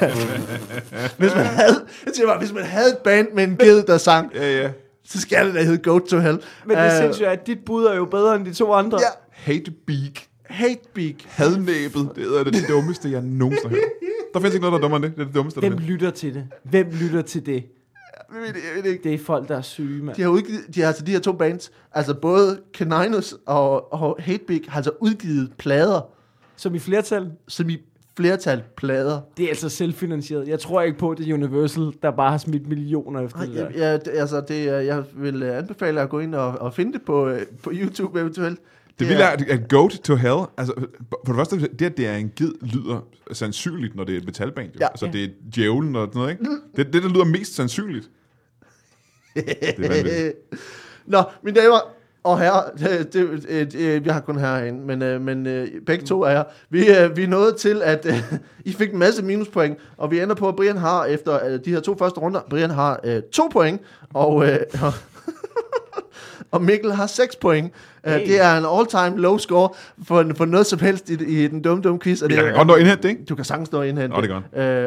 hvis man havde et band med en ged, der sang, så skal det da hedde Go to Hell. Men det synes jeg, at dit bud er jo bedre end de 2 andre. Ja. Hatebeak. Hadnæbet. Det er det dummeste, jeg nogensinde har hørt. Der findes ikke noget, der er dummere end det. Det er det dummeste, Hvem lytter til det? Hvem lytter til det? Jeg ved ikke. Det er folk, der er syge, mand. De har altså de her 2 bands, altså både Caninus og Hatebeak har altså udgivet plader. Som i flertal? Plader. Det er altså selvfinansieret. Jeg tror ikke på, det er Universal, der bare har smidt millioner efter det der. Jeg vil anbefale at gå ind og finde det på YouTube eventuelt. Det vil være at Goat to Hell. Altså, for det første, det at det er en ged, lyder sandsynligt, når det er et metalband. Ja. Altså, det er djævlen og sådan noget, ikke? Det der lyder mest sandsynligt. Det er vanvittigt. Nå, mine damer og herrer, vi har kun herrer herinde, men begge 2 er her. Vi er nået til, at I fik en masse minuspoint, og vi ender på, at Brian har, efter de her 2 første runder, Brian har 2 point, og Mikkel har 6 point. Hey. Det er en all-time low score for noget som helst i den dumme quiz. Jeg kan godt nå indhente det, ikke? Du kan sagtens nå indhente det.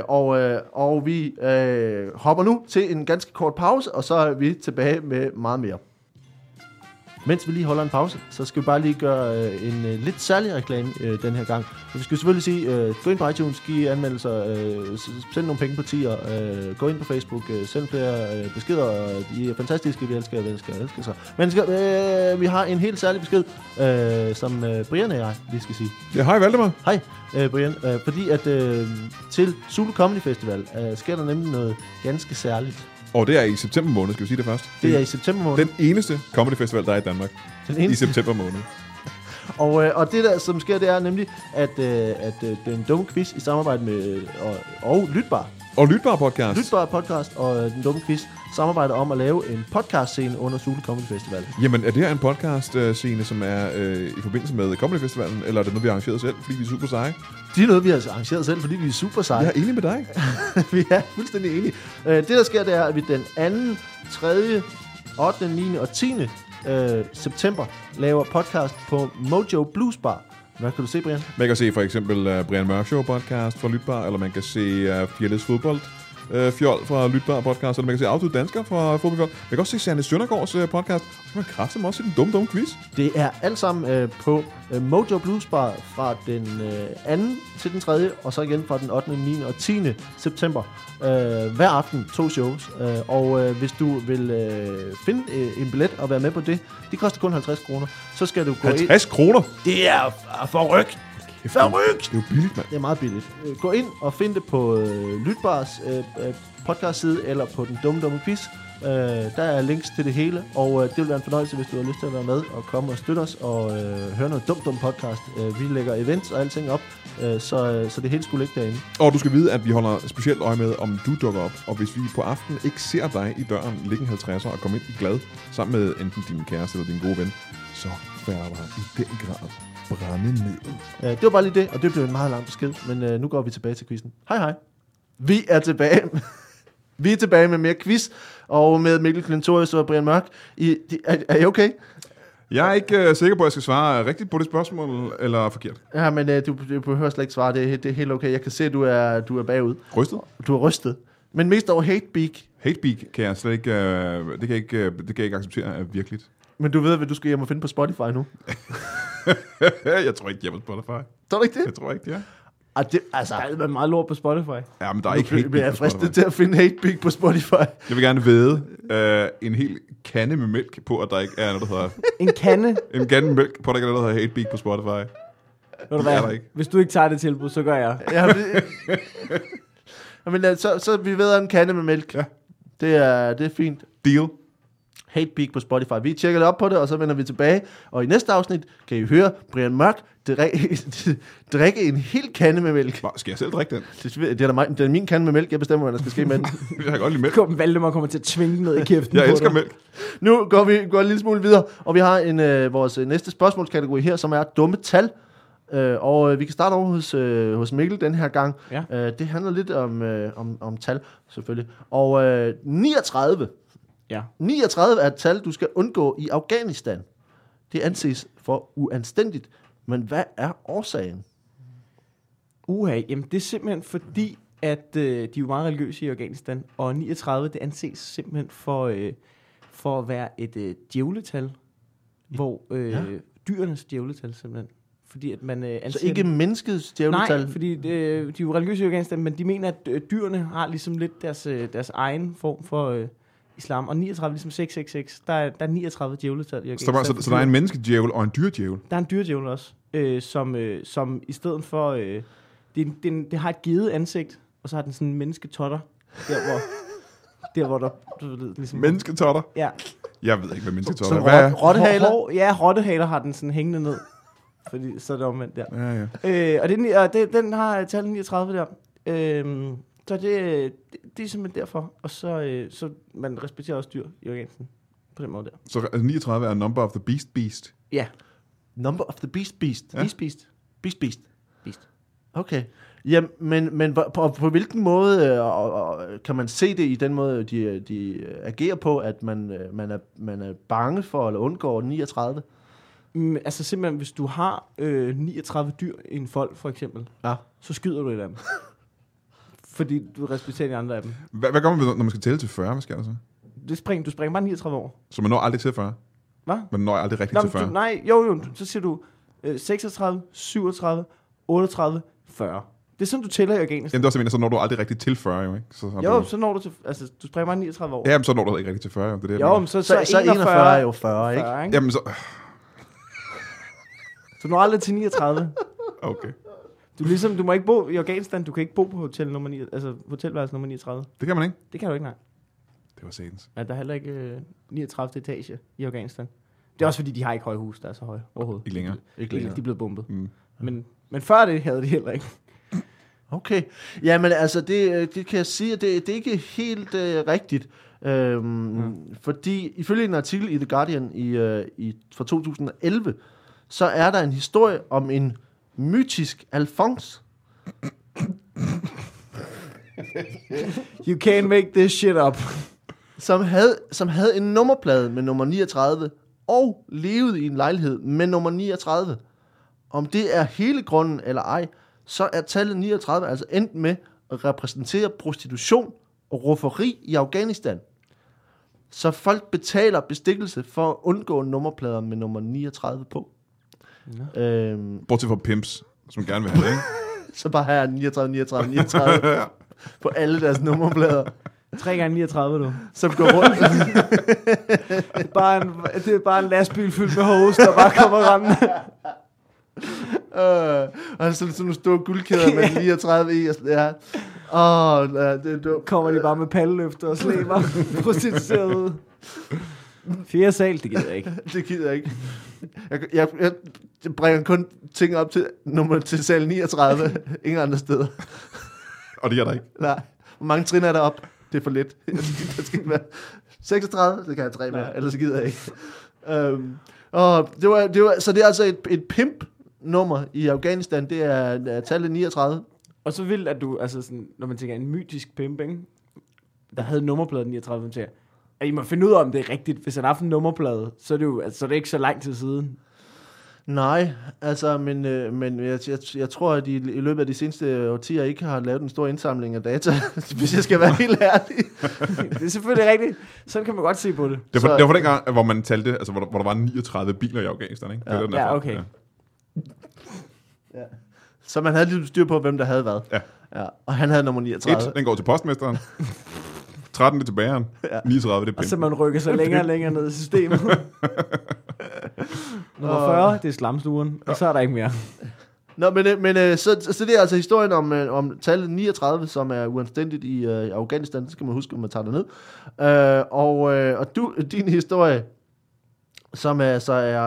Og vi hopper nu til en ganske kort pause, og så er vi tilbage med meget mere. Mens vi lige holder en pause, så skal vi bare lige gøre en lidt særlig reklame den her gang. Så vi skal selvfølgelig sige, gå ind på iTunes, giv anmeldelser, send nogle penge på tier, gå ind på Facebook, send flere beskeder. De er fantastiske, vi elsker sig. Men vi har en helt særlig besked, som Brian og jeg lige skal sige. Ja, hej Valdemar. Hej Brian, fordi at til Zulu Comedy Festival sker der nemlig noget ganske særligt. Og det er i september måned, skal vi sige det først? Det er i september måned. Den eneste comedy festival, der er i Danmark. I september måned. Og det der, som sker, det er nemlig, at den dumme quiz i samarbejde med og Lytbar. Og Lytbar podcast. Lytbar podcast og den dumme quiz samarbejder om at lave en podcast-scene under Zulu Comedy Festival. Jamen, er det her en podcast-scene, som er i forbindelse med Comedy Festivalen, eller er det noget, vi har arrangeret selv, fordi vi er super seje? Det er noget, vi har arrangeret selv, fordi vi er super seje. Jeg er enig med dig. Vi er fuldstændig enige. Det, der sker, det er, at vi den 2., 3., 8., 9. og 10. September laver podcast på Mojo Blues Bar. Hvad kan du se, Brian? Man kan se for eksempel Brian Mørk Show podcast fra Lytbar, eller man kan se Fjeldes Fodbold Fjol fra Lytbar podcast, eller man kan se Auto Dansker fra Fodboldfjol. Man kan også se Sanne Søndergaards podcast, og så kan man kræfte også i den dumme quiz. Det er alt sammen på Mojo Blues Bar fra den 2. til den 3. og så igen fra den 8., 9. og 10. september. Hver aften 2 shows. Og hvis du vil finde en billet og være med på det, det koster kun 50 kroner. Så skal du gå 50 kroner? Det er forrygt. Forrygt! Det er jo billigt, mand. Det er meget billigt. Gå ind og find det på Lytbars podcast-side eller på den dumme quiz. Der er links til det hele, og det vil være en fornøjelse, hvis du har lyst til at være med og komme og støtte os og høre noget dumt podcast. Vi lægger events og alting op, så det hele skulle ligge derinde. Og du skal vide, at vi holder specielt øje med, om du dukker op, og hvis vi på aftenen ikke ser dig i døren ligge en 50'er og komme ind i glad sammen med enten din kæreste eller din gode ven, så færder i den grad brænde ned. Det var bare lige det, og det blev en meget lang besked, men nu går vi tilbage til quizzen. Hej. Vi er tilbage. Vi er tilbage med mere quiz, og med Mikkel Klintorius og Brian Mørk. Er I okay? Jeg er ikke sikker på, at jeg skal svare rigtigt på det spørgsmål, eller forkert. Ja, men du behøver slet ikke svare. Det er helt okay. Jeg kan se, at du er bagud. Rystet? Du er rystet. Men mest over Hatebeak. Hatebeak kan jeg slet ikke, det kan jeg ikke acceptere er virkeligt. Men du ved, hvad du skal hjem og finde på Spotify nu? Jeg tror ikke, de er på Spotify. Tror du ikke det? Jeg tror ikke, det er. Det, altså, Der er været meget lort på Spotify. Ja, men der er ikke hate jeg er fristet til at finde Hatebeak på Spotify. Jeg vil gerne væde en hel kande med mælk på, at der ikke er noget, der hedder... En kande? En kande med mælk på, at der ikke er noget, der hedder Hatebeak på Spotify. Ved du hvad? Hvis du ikke tager det tilbud, så gør jeg. Ja, men så vi ved en kande med mælk. Ja. Det er fint. Deal. Hatebeak på Spotify. Vi tjekker det op på det, og så vender vi tilbage. Og i næste afsnit kan I høre Brian Mørk drikke en hel kande med mælk. Skal jeg selv drikke den? Det er min kande med mælk. Jeg bestemmer, hvad der skal ske med den. Jeg har godt lide mælk. Valdemar kommer til at tvinge ned i kæften. Jeg elsker mælk. Nu går vi en lille smule videre, og vi har vores næste spørgsmålskategori her, som er dumme tal. Og vi kan starte over hos Mikkel den her gang. Ja. Det handler lidt om tal, selvfølgelig. Og 39. Ja. 39 er et tal, du skal undgå i Afghanistan. Det anses for uanstændigt. Men hvad er årsagen? Jamen det er simpelthen fordi, at de er jo meget religiøse i Afghanistan, og 39, det anses simpelthen for at være et djævletal, hvor dyrenes djævletal simpelthen. Fordi at man så ikke menneskets djævletal? Nej, fordi de er jo religiøse i Afghanistan, men de mener, at dyrene har ligesom lidt deres egen form for islam. Og 39, ligesom 666, der er 39 djævletal i Afghanistan. Så der er en menneskedjævel og en dyrdjævel? Der er en dyrdjævel også, som i stedet for... det har et givet ansigt, og så har den sådan en mennesketotter, der hvor der... Ligesom, mennesketotter? Ja. Jeg ved ikke, hvad mennesketotter er. Rottehaler? Ja, rottehaler har den sådan hængende ned. Fordi så er det omvendt der. Ja. Og den har tallet 39 der. Så det er simpelthen derfor. Og så man respekterer også dyr i Afghanistan. På den måde der. Så 39 er number of the beast? Ja. Number of the beast? Ja. Beast. Okay. Ja, men på hvilken måde kan man se det i den måde, de agerer på, at man er bange for at undgå 39? Altså simpelthen, hvis du har 39 dyr i en fold, for eksempel, så skyder du et af dem. Fordi du respekterer de andre af dem. Hvad gør man, når man skal tælle til 40? Hvad sker der så? Du springer bare 39 år. Så man når aldrig til 40? Hvad? Man når aldrig rigtigt til 40? Jo, så siger du 36, 37, 38, 40. Det er sådan, du tæller i Afghanistan. Jamen, det er også, så når du aldrig rigtigt til 40, jo, ikke? Så når du til... Altså, du springer bare 39 år. Jamen, så når du ikke rigtigt til 40, jo. Det er det, jo, men så 41 er jo 40, ikke? 40, ikke? Jamen, så... Så når aldrig til 39. Okay. Du må ikke bo i Afghanistan. Du kan ikke bo på hotelværelse nummer 39. Det kan man ikke? Det kan du ikke, nej. Det var satans. Ja, der er heller ikke 39. etage i Afghanistan. Det er også fordi, de har ikke høje hus, der er så høje overhovedet. Ikke længere. De er blevet bombet. Men før det havde de heller ikke. Okay. Jamen altså, det kan jeg sige, at det er ikke helt rigtigt. Fordi ifølge en artikel i The Guardian fra 2011, så er der en historie om en mytisk Alfons. You can't make this shit up. Som havde en nummerplade med nummer 39, og levede i en lejlighed med nummer 39. Om det er hele grunden eller ej, så er tallet 39 altså endt med at repræsentere prostitution og rufferi i Afghanistan. Så folk betaler bestikkelse for at undgå nummerplader med nummer 39 på. Ja. Bortset fra pimps, som gerne vil have det, ikke? Så bare her 39 på alle deres nummerplader. 3 gange 39, du. Som går rundt. Det er bare en lastbil fyldt med hose, der bare kommer rendende. Og sådan nogle store guldkæder med 39 i. Ja. Det er dumt. Kommer de bare med palleløfter og slæber prostitueret ud. 4. sal, det gider jeg ikke. Det gider jeg ikke. Jeg bringer kun ting op til sal 39. Ingen andre steder. Og det er der ikke? Nej. Hvor mange trin er der op? Det er for lidt. Der skal være 36, det kan jeg 3 med, ellers gider jeg ikke. Så det er altså et pimp-nummer i Afghanistan, det er tallet 39. Og så vildt, at du, altså sådan, når man tænker en mytisk pimp, ikke? Der havde nummerpladen 39, man tænker, at I må finde ud af, om det er rigtigt. Hvis han har haft en nummerplade, så er det jo så er det ikke så lang tid siden. Nej, altså, men jeg tror, at i løbet af de seneste årtier ikke har lavet en stor indsamling af data, hvis jeg skal være helt ærlig. Det er selvfølgelig rigtigt. Sådan kan man godt se på det. Det var for den gang, hvor man talte, altså hvor der var 39 biler i Afghanistan, ikke? Ja, okay. Ja. Så man havde lige styr på, hvem der havde hvad. Ja. Og han havde nummer 39. 1, den går til postmesteren. 13 til bageren. 39, det er og så man rykker sig længere og længere ned i systemet. Nummer 40, det er slamsturen. Og så er der ikke mere. Nå, men så det er altså historien om tallet 39, som er uanstændigt i Afghanistan. Det skal man huske, når man tager det ned. Og din historie, som er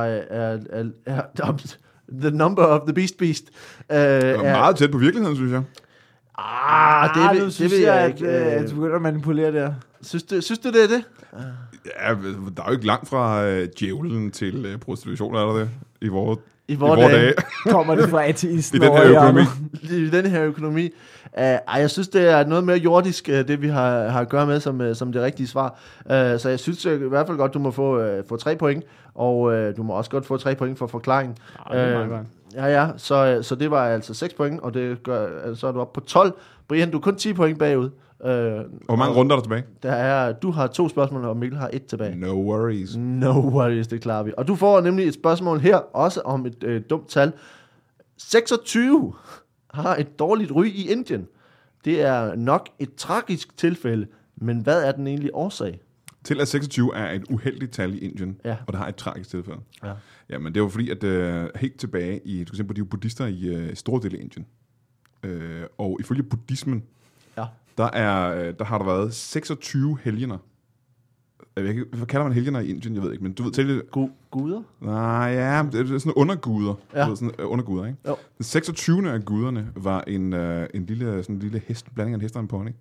The Number of the Beast. Det var meget tæt på virkeligheden, synes jeg. Det vil jeg ikke. At du begynder at manipulere der. Synes du, det er det? Ja, der er jo ikke langt fra djævlen til prostitution, er der det? I vores dage. Kommer det fra ateisten I den her økonomi. I den her økonomi. Jeg synes, det er noget mere jordisk, det vi har at gøre med som det rigtige svar. Så jeg synes i hvert fald godt, du må få 3 point, og du må også godt få 3 point for forklaring. Det er meget godt. Ja, så det var altså 6 point, og det gør, så er du oppe på 12. Brian, du er kun 10 point bagud. Hvor mange runder er der tilbage? Du har 2 spørgsmål, og Mikkel har 1 tilbage. No worries, det klarer vi. Og du får nemlig et spørgsmål her, også om et dumt tal. 26 har et dårligt ry i Indien. Det er nok et tragisk tilfælde, men hvad er den egentlige årsag? Til at 26 er et uheldigt tal i Indien, og det har et tragisk tilfælde. Ja. Jamen, det var fordi, at helt tilbage i, for eksempel, de er buddhister i store dele af Indien. Og ifølge buddhismen, der har der været 26 helgener. Hvad kalder man helgener i Indien? Jeg ved ikke, men du ved til guder? Nej, ja, det er sådan underguder. Ja. Sådan underguder, ikke? Jo. Den 26. af guderne var en lille hest, blanding af en hest og en pony.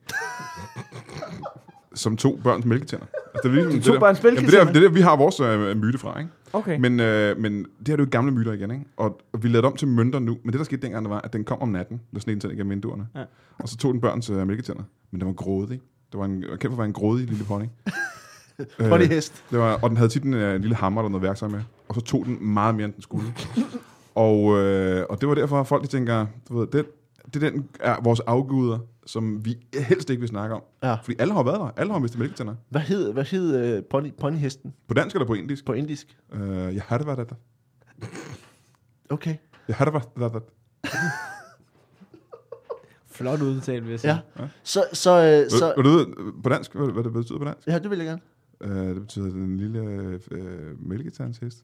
Som 2 børns mælketænder. Altså, det er ligesom, 2 børns mælketænder? Det er der, vi har vores myte fra, ikke? Okay. Men det her er jo gamle myter igen, ikke? Og vi lavede om til mønter nu. Men det, der skete dengang, det var, at den kom om natten, når sneen tændte igennem vinduerne. Ja. Og så tog den børns mælketænder. Men den var grådig. Det var kendt for at være en grådig lille pony. Ponyhest. Og den havde tit en lille hammer eller noget værktøj med. Og så tog den meget mere, end den skulle. og det var derfor, at folk de tænker, du ved, det er vores afguder, som vi helst ikke vil snakke om. Ja. Fordi alle har været der. Alle har mistet mælketænder. Hvad hed ponyhesten? På dansk eller på indisk? På indisk. Jeg har det været der. Okay. Jeg har det været der. Flot udtalt, vil jeg sige. Ja. Så vil du vide på dansk, hvad det betyder på dansk? Ja, det vil jeg gerne. Det betyder den lille mælketandshest.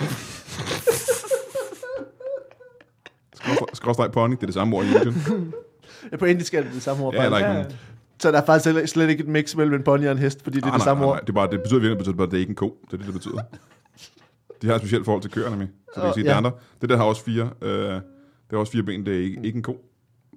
Skråstreg pony, det er det samme ord i Indien. Ja, på indisk er det samme ord. Ja, der er ikke så der er faktisk slet ikke et mix mellem en pony og en hest, fordi det er det samme ord. Nej, det betyder virkelig, at det er ikke en ko. Det er det betyder. De har et specielt forhold til køerne med. Så det vil sige, det andre, det der har også 4. Det har også 4 ben, det er ikke en ko.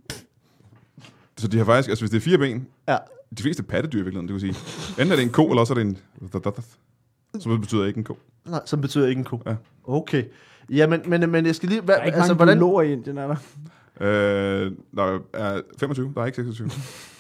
Så de har faktisk, altså hvis det er 4 ben, de fleste pattedyr i virkeligheden, det vil sige, enten er det en ko, eller også er det en som betyder ikke en ko. Nej, som betyder ikke en ko. Ja. Okay. Ja, men jeg skal lige... Der er ikke mange biologer i Indien, er der? Der er 25, der er ikke 26.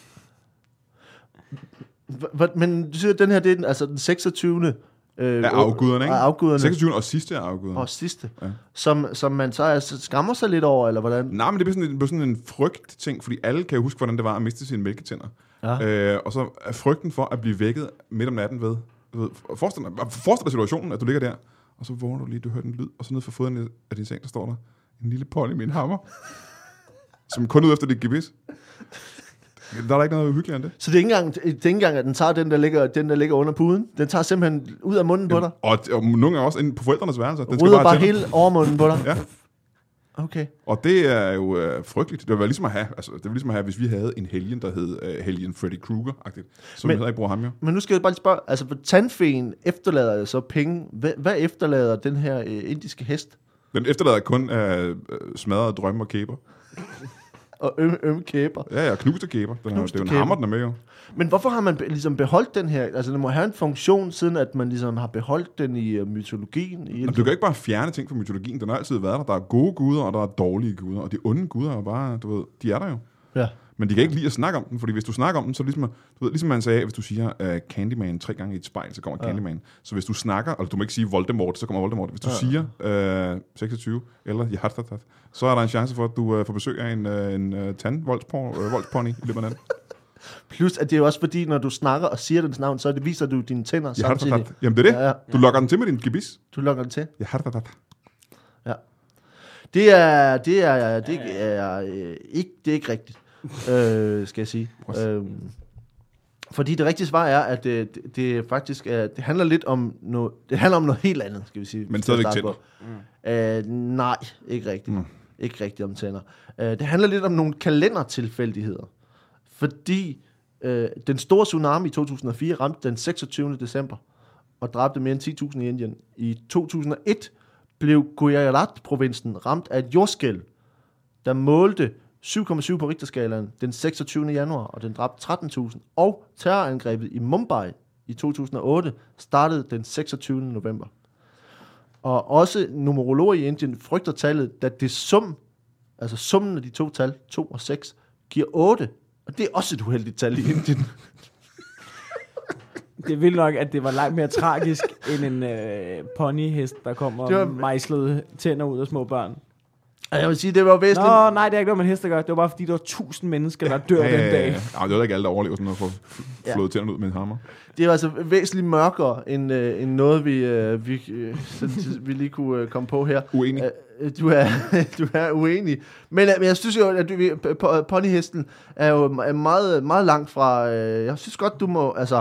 Men du siger, at den her, det er altså den 26. Af afguderne, ikke? Afguderne. 26. og sidste af afguderne. Og sidste. Ja. Som man så altså skammer sig lidt over, eller hvordan? Nej, men det bliver sådan en frygt-ting, fordi alle kan jo huske, hvordan det var at miste sine mælketænder. Ja. Og så er frygten for at blive vækket midt om natten ved forestil dig situationen, at du ligger der, og så vågner du lige, du hører den lyd, og så ned for foden af din seng, der står der en lille pony med en hammer, som kun ud efter dit gebis. Der er ikke noget uhyggeligt end det. Så det er ikke engang, at den tager den, der ligger under puden. Den tager simpelthen ud af munden på dig. Og nogle gange også ind på forældrenes værelse. Den skal bare hele overmunden på dig. Ja. Okay. Og det er jo frygteligt. Det var ligesom at have, hvis vi havde en helgen, der hed helgen Freddy Krueger-agtigt. Så vi ikke bruger ham jo. Men nu skal jeg bare lige spørge, altså for tandfeen efterlader så penge. Hvad efterlader den her indiske hest? Den efterlader kun smadrede drømme og kæber. Og ømme kæber. Ja, knuste kæber. Det er jo en hammer, den er med jo. Men hvorfor har man ligesom beholdt den her? Altså, den må have en funktion, siden at man ligesom har beholdt den i mytologien. Du kan ikke bare fjerne ting fra mytologien. Den har altid været der. Der er gode guder, og der er dårlige guder. Og de onde guder er jo bare, du ved, de er der jo. Ja. Men de kan ikke lide at snakke om den, fordi hvis du snakker om den, så er det ligesom man sagde, hvis du siger Candyman 3 gange i et spejl, så kommer Candyman. Så hvis du snakker, og du må ikke sige Voldemort, så kommer Voldemort. Hvis du siger 26 eller Yahartatat, så er der en chance for, at du får besøg af en tandvoldspony i løbet af natten. Plus, at det er jo også fordi, når du snakker og siger dens navn, så viser du dine tænder samtidig. Jamen det er det. Du lokker den til med din gebis. Du lokker den til. Yahartatat. Ja. Det er ikke rigtigt, skal jeg sige. Fordi det rigtige svar er, at det faktisk det handler lidt om noget, det handler om noget helt andet, skal vi sige. Men stadigvæk tænder? Nej, ikke rigtigt. Ikke rigtigt om tænder. Det handler lidt om nogle kalendertilfældigheder. Fordi den store tsunami i 2004 ramte den 26. december og dræbte mere end 10.000 i Indien. I 2001 blev Gujarat-provinsen ramt af et jordskælv, der målte 7,7 på Richterskalaen den 26. januar, og den dræbte 13.000. Og terrorangrebet i Mumbai i 2008 startede den 26. november. Og også numerologer i Indien frygter tallet, da det summen af de to tal, 2 og 6, giver 8. Og det er også et uheldigt tal i Indien. Det vil nok, at det var langt mere tragisk end en ponyhest, der kom og mejslede tænder ud af små børn. Jeg vil sige, det var væsentligt. Nå, nej, det er ikke noget, man hest, der gør. Det var bare, fordi der var 1000 mennesker, der dør den dag. Ja, det er ikke alle, der overlever sådan noget, for at få flået tænderne ud med en hammer. Det er altså væsentligt mørkere, end noget, vi lige kunne komme på her. Uenig. Du er uenig. Men jeg synes jo, at ponyhesten er jo meget, meget langt fra... Jeg synes godt, du må... Altså,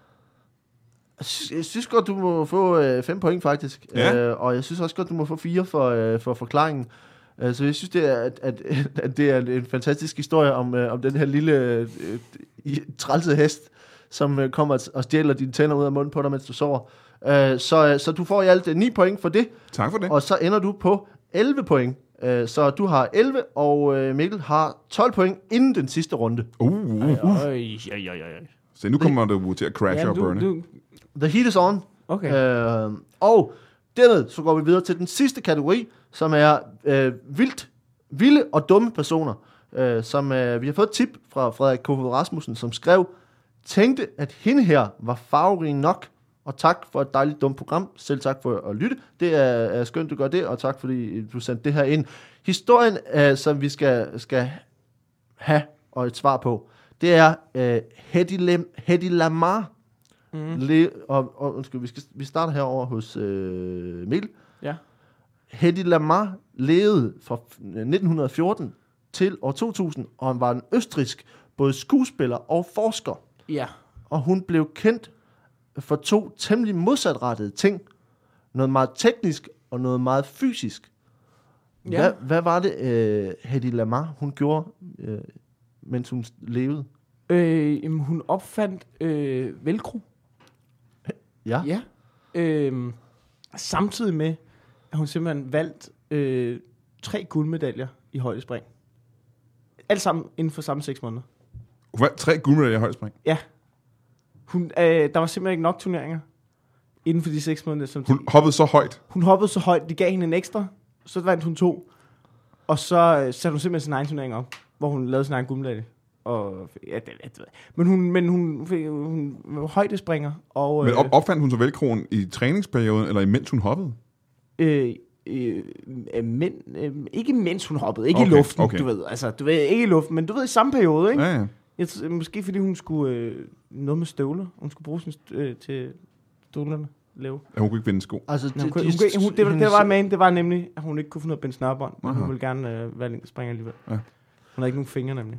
jeg synes godt, du må få 5 point, faktisk. Ja. Og jeg synes også godt, du må få 4 for forklaringen. Så jeg synes, at det er en fantastisk historie om den her lille trælse hest, som kommer og stjæler dine tænder ud af munden på dig, mens du sover. Så du får i alt 9 point for det. Tak for det. Og så ender du på 11 point. Så du har 11, og Mikkel har 12 point inden den sidste runde. Så nu kommer du til at crashe og burne. The heat is on. Okay. Og dermed så går vi videre til den sidste kategori, som er vilde og dumme personer. Vi har fået et tip fra Frederik Kofod Rasmussen, som skrev: tænkte, at hende her var farverig nok, og tak for et dejligt dumt program. Selv tak for at lytte. Det er skønt, du gør det, og tak fordi du sendte det her ind. Historien, som vi skal have og et svar på, det er Hedy Lamarr. Undskyld, vi starter herover hos Mikkel. Ja. Hedy Lamarr levede fra 1914 til år 2000, og han var en østrigsk både skuespiller og forsker. Ja. Og hun blev kendt for 2 temmelig modsatrettede ting. Noget meget teknisk og noget meget fysisk. Ja. Hvad var det, Hedy Lamarr, hun gjorde, mens hun levede? Hun opfandt velcro. Ja. Samtidig med, at hun simpelthen valgt 3 guldmedaljer i højdespring. Alt sammen inden for samme 6 måneder. Hun vandt 3 guldmedaljer i højdespring? Ja. Der var simpelthen ikke nok turneringer inden for de 6 måneder. Hun hoppede så højt? Hun hoppede så højt, de gav hende en ekstra. Så vandt hun 2. Og så satte hun simpelthen sin egen turnering op, hvor hun lavede sin egen guldmedalje. Og, men hun var højdespringer. Og, men opfandt hun så velcroen i træningsperioden, eller imens hun hoppede? Ikke mens hun hoppede, ikke i luften, du ved. Altså, du ved, ikke i luften, men du ved, i samme periode, ikke? Ja. Måske fordi hun skulle noget med støvler. Hun skulle bruge sin til støvlerne. Lave. Ja, hun kunne ikke binde sko. Altså, det var nemlig, at hun ikke kunne finde noget at binde snørbånd. Men hun ville gerne være en springer alligevel. Ja. Hun havde ikke nogen fingre, nemlig.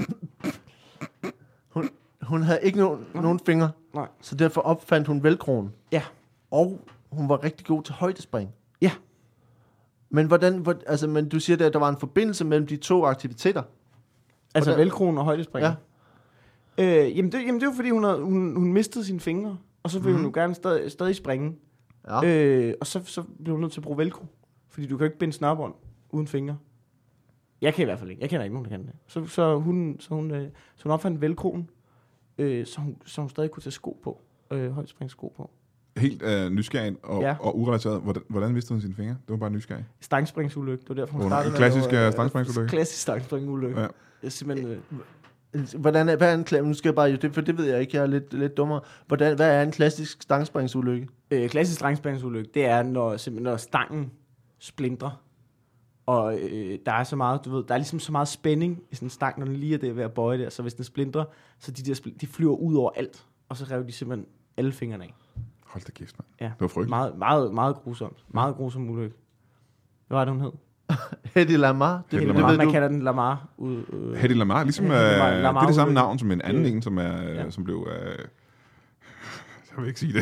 Hun havde ikke nogen fingre. Nej. Så derfor opfandt hun velcroen. Ja. Og hun var rigtig god til højdespring. Ja. Men men du siger, at der var en forbindelse mellem de 2 aktiviteter. Altså velcroen og højdespring. Ja. Jamen det var fordi hun mistede sine fingre, og så ville hun jo gerne stadig springe. Ja. Og så blev hun nødt til at bruge velcro, fordi du kan ikke binde snørbånd uden fingre. Jeg kan i hvert fald ikke. Jeg kender ikke nogen, der kan det. Så hun opfandt velcroen, så hun stadig kunne tage sko på, højdespringssko på. Helt nysgerrig og urelateret. Hvordan mistede hun sine fingre? Det var bare nysgerrig. Stangspringsulykke. Det var derfor, hun startede. Klassisk stangspringsulykke. Klassisk stangspringsulykke. Ja. Det er simpelthen... Hvad er en nu skal jeg bare, for det ved jeg ikke, jeg er lidt dummere. Hvad er en klassisk stangspringsulykke? Klassisk stangspringsulykke, det er, når stangen splintrer. Og der er så meget, du ved, der er ligesom så meget spænding i sådan en stang, når den lige er ved at bøje der. Så hvis den splintrer, så de flyver ud over alt. Og så rev de simpelthen alle fingrene af. Hold da kæft, mand. Ja. Det var frygteligt. Meget, meget, meget grusomt. Meget grusom ulykke. Hvad var det, hun hed? Hedy Lamarr. Man kalder den Lamar. Hedy Lamarr, ligesom Lamar det er det samme navn som en anden en, som blev... jeg vil ikke sige det.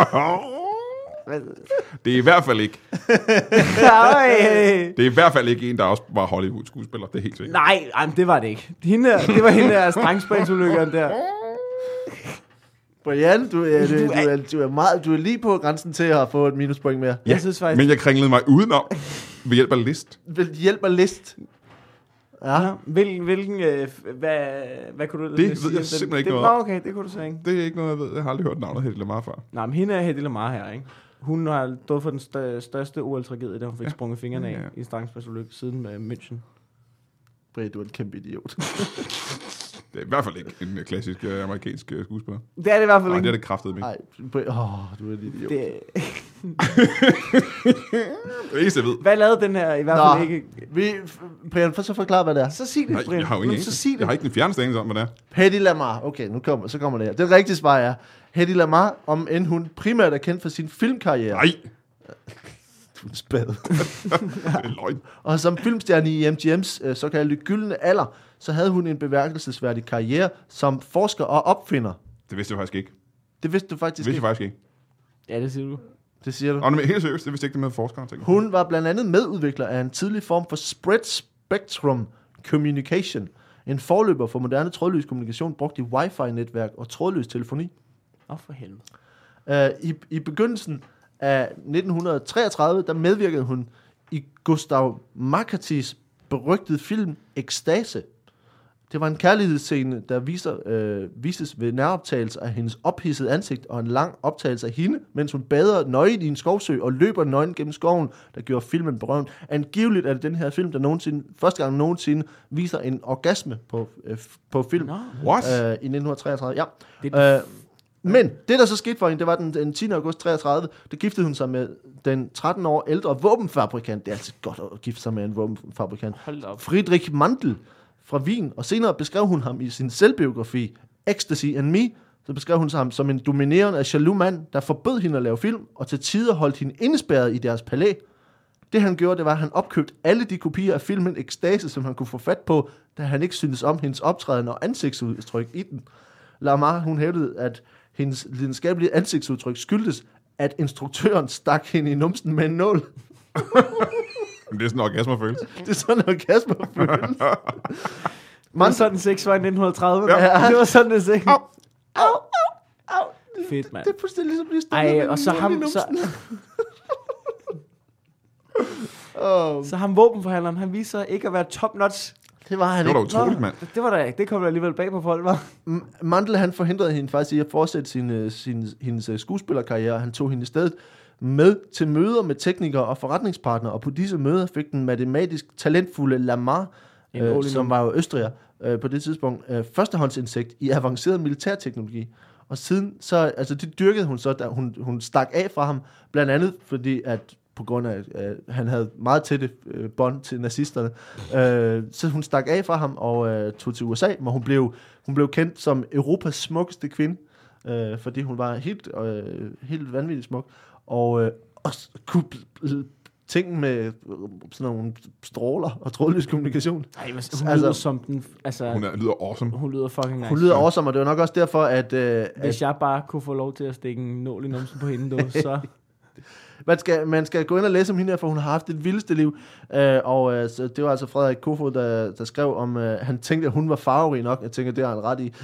Det er i hvert fald ikke. Det er i hvert fald ikke en, der også var Hollywood-skuespiller. Det er helt sikkert. Nej, det var det ikke. Det var hende der strengspringsulykkeren der. Brian, du er lige på grænsen til at få et minuspoint mere. Ja, jeg synes faktisk, men jeg kringlede mig udenom ved hjælp af list. Ved hjælp af list. Ja. Hvilken hvad kunne du det ved jeg simpelthen ikke noget om. Okay, det kunne du så ikke. Det er ikke noget, jeg ved. Jeg har aldrig hørt navnet Hedy Lamarr før. Nej, men hende er Hedy Lamarr her, ikke? Hun har stået for den største OL-tragedie, da hun fik sprunget fingrene af i en strangsspringsulykke siden München. Brian, du er en kæmpe idiot. Det er i hvert fald ikke en klassisk amerikansk skuespiller. Det er det i hvert fald ikke. Nej, det er det kraftedeme ikke. Nej, du er en idiot. Det eneste, jeg ved. Hvad lavede den her i hvert fald ikke? Brian, så forklar, hvad det er. Så sig det, Brian. Jeg har jo ingen jeg har ikke den fjerneste anelse om, hvad det er. Hedy Lamarr. Okay, så kommer det her. Det rigtige svar er, Hedy Lamarr, om end hun primært er kendt for sin filmkarriere. Nej. Du er spæd. Det er løgn. Og som filmstjerne i MGM's såkaldte gyldne alder, så havde hun en bemærkelsesværdig karriere som forsker og opfinder. Det vidste jeg faktisk ikke. Det vidste du faktisk ikke. Ja, det siger du. Det siger du. Og men helt seriøst, det vidste jeg ikke det med forskere. Hun var blandt andet medudvikler af en tidlig form for Spread Spectrum Communication. En forløber for moderne trådløs kommunikation brugt i Wi-Fi-netværk og trådløs telefoni. For helvede. I begyndelsen af 1933, der medvirkede hun i Gustav Machertis berygtede film Ekstase. Det var en kærlighedsscene, der vises ved næroptagelse af hendes ophidsede ansigt og en lang optagelse af hende, mens hun bader nøgen i en skovsø og løber nøgen gennem skoven, der gjorde filmen berømt. Angiveligt er det den her film, der første gang nogensinde viser en orgasme på film. What? I 1933. Ja. Men det, der så skete for hende, det var den 10. august 33, der giftede hun sig med den 13 år ældre våbenfabrikant. Det er altid godt at gifte sig med en våbenfabrikant. Friedrich Mandl fra Wien, og senere beskrev hun ham i sin selvbiografi, Ecstasy and Me, så beskrev hun ham som en dominerende og jaloux mand, der forbød hende at lave film, og til tider holdt hende indespærret i deres palæ. Det han gjorde, det var, at han opkøbte alle de kopier af filmen Ekstase, som han kunne få fat på, da han ikke syntes om hendes optræden og ansigtsudtryk i den. Lamarr, hun hævdede, at hendes lidenskabelige ansigtsudtryk skyldtes, at instruktøren stak hende i numsen med en nål. Det er sådan en orgasmerfølelse. Det er sådan en orgasmerfølelse. Man sådan sex var i 1930. Ja. Det var sådan en sex. Au. Fedt, mand. Det er fuldstændig ligesom blive stillet med og så ham, så så ham våbenforhandleren, han viser ikke at være top notch. Det var han ikke. Det var da utroligt, mand. Det kom da alligevel bag på folk, var. Mandel, han forhindrede hende faktisk i at fortsætte hendes skuespillerkarriere. Han tog hende i stedet med til møder med teknikere og forretningspartnere, og på disse møder fik den matematisk talentfulde Lamarr, som var jo østriger på det tidspunkt, førstehåndsindsigt i avanceret militærteknologi. Og siden så, altså det dyrkede hun så, da hun stak af fra ham, blandt andet fordi, at på grund af, at han havde meget tætte bånd til nazisterne. Så hun stak af fra ham og tog til USA, hvor hun blev kendt som Europas smukkeste kvinde, fordi hun var helt vanvittigt smuk, og kunne ting med sådan nogle stråler og trådløs kommunikation. Ej, hun lyder som den... Altså, hun lyder awesome. Hun lyder fucking nice. Hun lyder awesome, og det var nok også derfor, at... Hvis jeg bare kunne få lov til at stikke en nål i numsen på hende, så... Man skal gå ind og læse om hende her, for hun har haft det vildeste liv. Så det var altså Frederik Kofod, der skrev om... han tænkte, at hun var farverig nok. Jeg tænker, det har han ret i.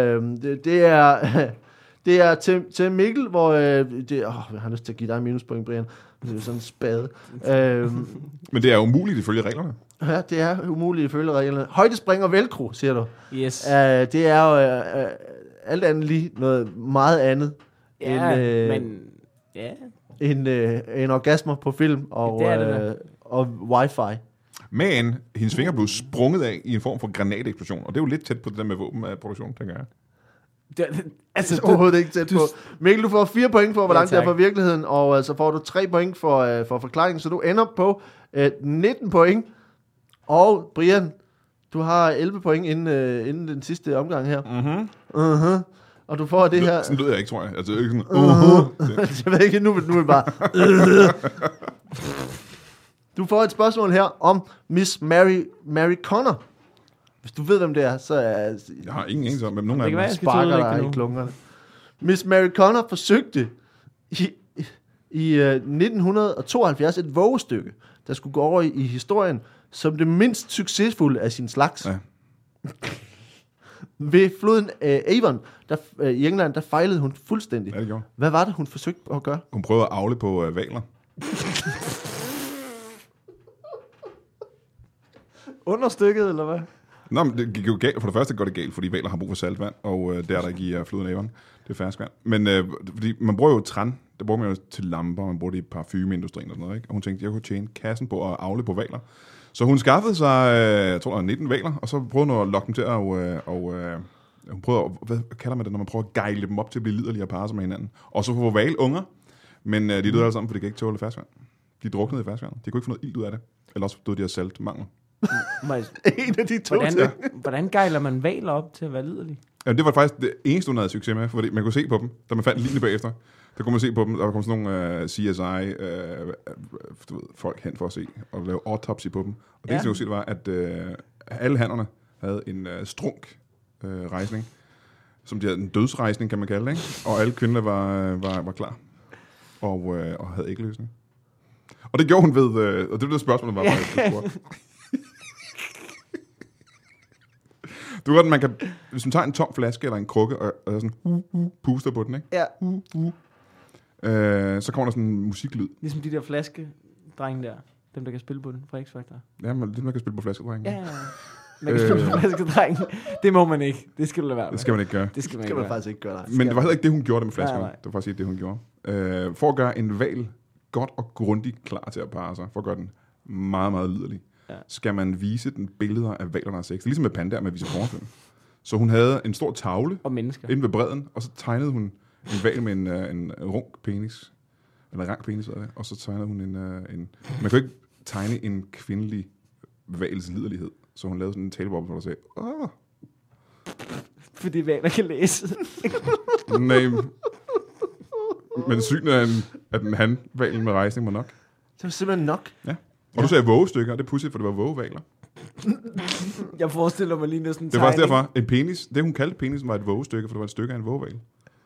Det er til Mikkel, hvor... jeg har lyst til at give dig minuspoint, Brian. Det er sådan en spade. Men det er umuligt ifølge reglerne. Ja, det er umuligt ifølge reglerne. Højdespring og velcro, siger du. Yes. Det er jo alt andet lige noget meget andet. Ja, men... Ja... En orgasmer på film og wifi. Men hendes fingre blev sprunget af i en form for granateksplosion, og det er jo lidt tæt på det der med våbenproduktion, tænker jeg. Det er overhovedet ikke tæt på. Mikkel, du får 4 point for, hvor langt det er fra virkeligheden, og så får du 3 point for forklaringen, så du ender på 19 point. Og Brian, du har 11 point inden den sidste omgang her. Mhm. Og du får det her... Sådan lyder jeg ikke, tror jeg. Altså, ikke sådan... Jeg ved ikke, nu er det bare... Du får et spørgsmål her om Miss Mary Connor. Hvis du ved, hvem det er, så er... Jeg har ingen engang om, hvem nogen af dem sparker dig i klunkerne. Miss Mary Connor forsøgte i 1972 et vågestykke, der skulle gå over i historien som det mindst succesfulde af sin slags. Ja. Ved floden Avon i England, der fejlede hun fuldstændig. Ja, det gjorde. Hvad var det, hun forsøgte at gøre? Hun prøvede at avle på hvaler. Under stykket, eller hvad? Nå, men det gik jo galt. For det første går det galt, fordi hvaler har brug for saltvand, og det er der ikke i floden Avon. Det er ferskvand. Men fordi man bruger jo tran, det bruger man jo til lamper, man bruger det i parfumeindustrien og sådan noget, ikke? Og hun tænkte, jeg kunne tjene kassen på at avle på hvaler. Så hun skaffede sig, jeg tror, 19 hvaler, og så prøvede hun at lokke dem til hun prøvede at, hvad kalder man det, når man prøver at gejle dem op til at blive liderlige og parre sig med hinanden. Og så få hvalunger, men de døde alle sammen, for de kan ikke tåle ferskvand. De druknede i ferskvand. De kunne ikke få noget ilt ud af det. Eller også døde de af saltmangel. En af de to ting. Hvordan gejler man hvaler op til at være liderlig? Jamen, det var faktisk det eneste, hun havde succes med, fordi man kunne se på dem, da man fandt linje bagefter. Der kunne man se på dem, der kom sådan nogle CSI folk hen for at se, og lave autopsy på dem. Og det eneste, jeg kunne se, det var, at alle hannerne havde en strunk rejsning, som de havde en dødsrejsning, kan man kalde det, ikke? Og alle kvinderne var klar, og havde ikke løsning. Og det gjorde hun ved, og det var det spørgsmål, der var faktisk. Du ved, man kan, hvis man tager en tom flaske eller en krukke og sådan puster på den, ikke? Ja. Så kommer der sådan en musiklyd. Ligesom de der flaskedrenge der, dem der kan spille på den fra X-Factor. Ja, men det man kan spille på flaskedrenge. Ja. Man kan spille på flaskedrenge. Det må man ikke. Det skal du lade være med. Det skal man ikke gøre. Det skal man faktisk ikke gøre. Nej. Men det var heller ikke det, hun gjorde det med flaskerne. Nej. Det var faktisk ikke det, hun gjorde. For at gøre en hval godt og grundigt klar til at parre sig, for at gøre den meget, meget liderlig, skal man vise den billeder af hvaler, der har sex. Det er ligesom med pandaer med at vise pornofilm. Så hun havde en stor tavle inde ved bredden, og så tegnede hun en hval med en runk penis, eller rank penis, og så tegnede hun en man kan ikke tegne en kvindelig hvals liderlighed, så hun lavede sådan en taleboble, hvor der sagde, åh. Fordi hvaler kan læse. Nej, men synet af den han-hvalen med rejsning var nok. Det var simpelthen nok. Ja. Og du sagde vågestykker, og det er pudsigt, for det var vågevaler. Jeg forestiller mig lige sådan en det var også derfor, en penis, det hun kaldte penisen var et vågestykke, for det var et stykke af en vågeval.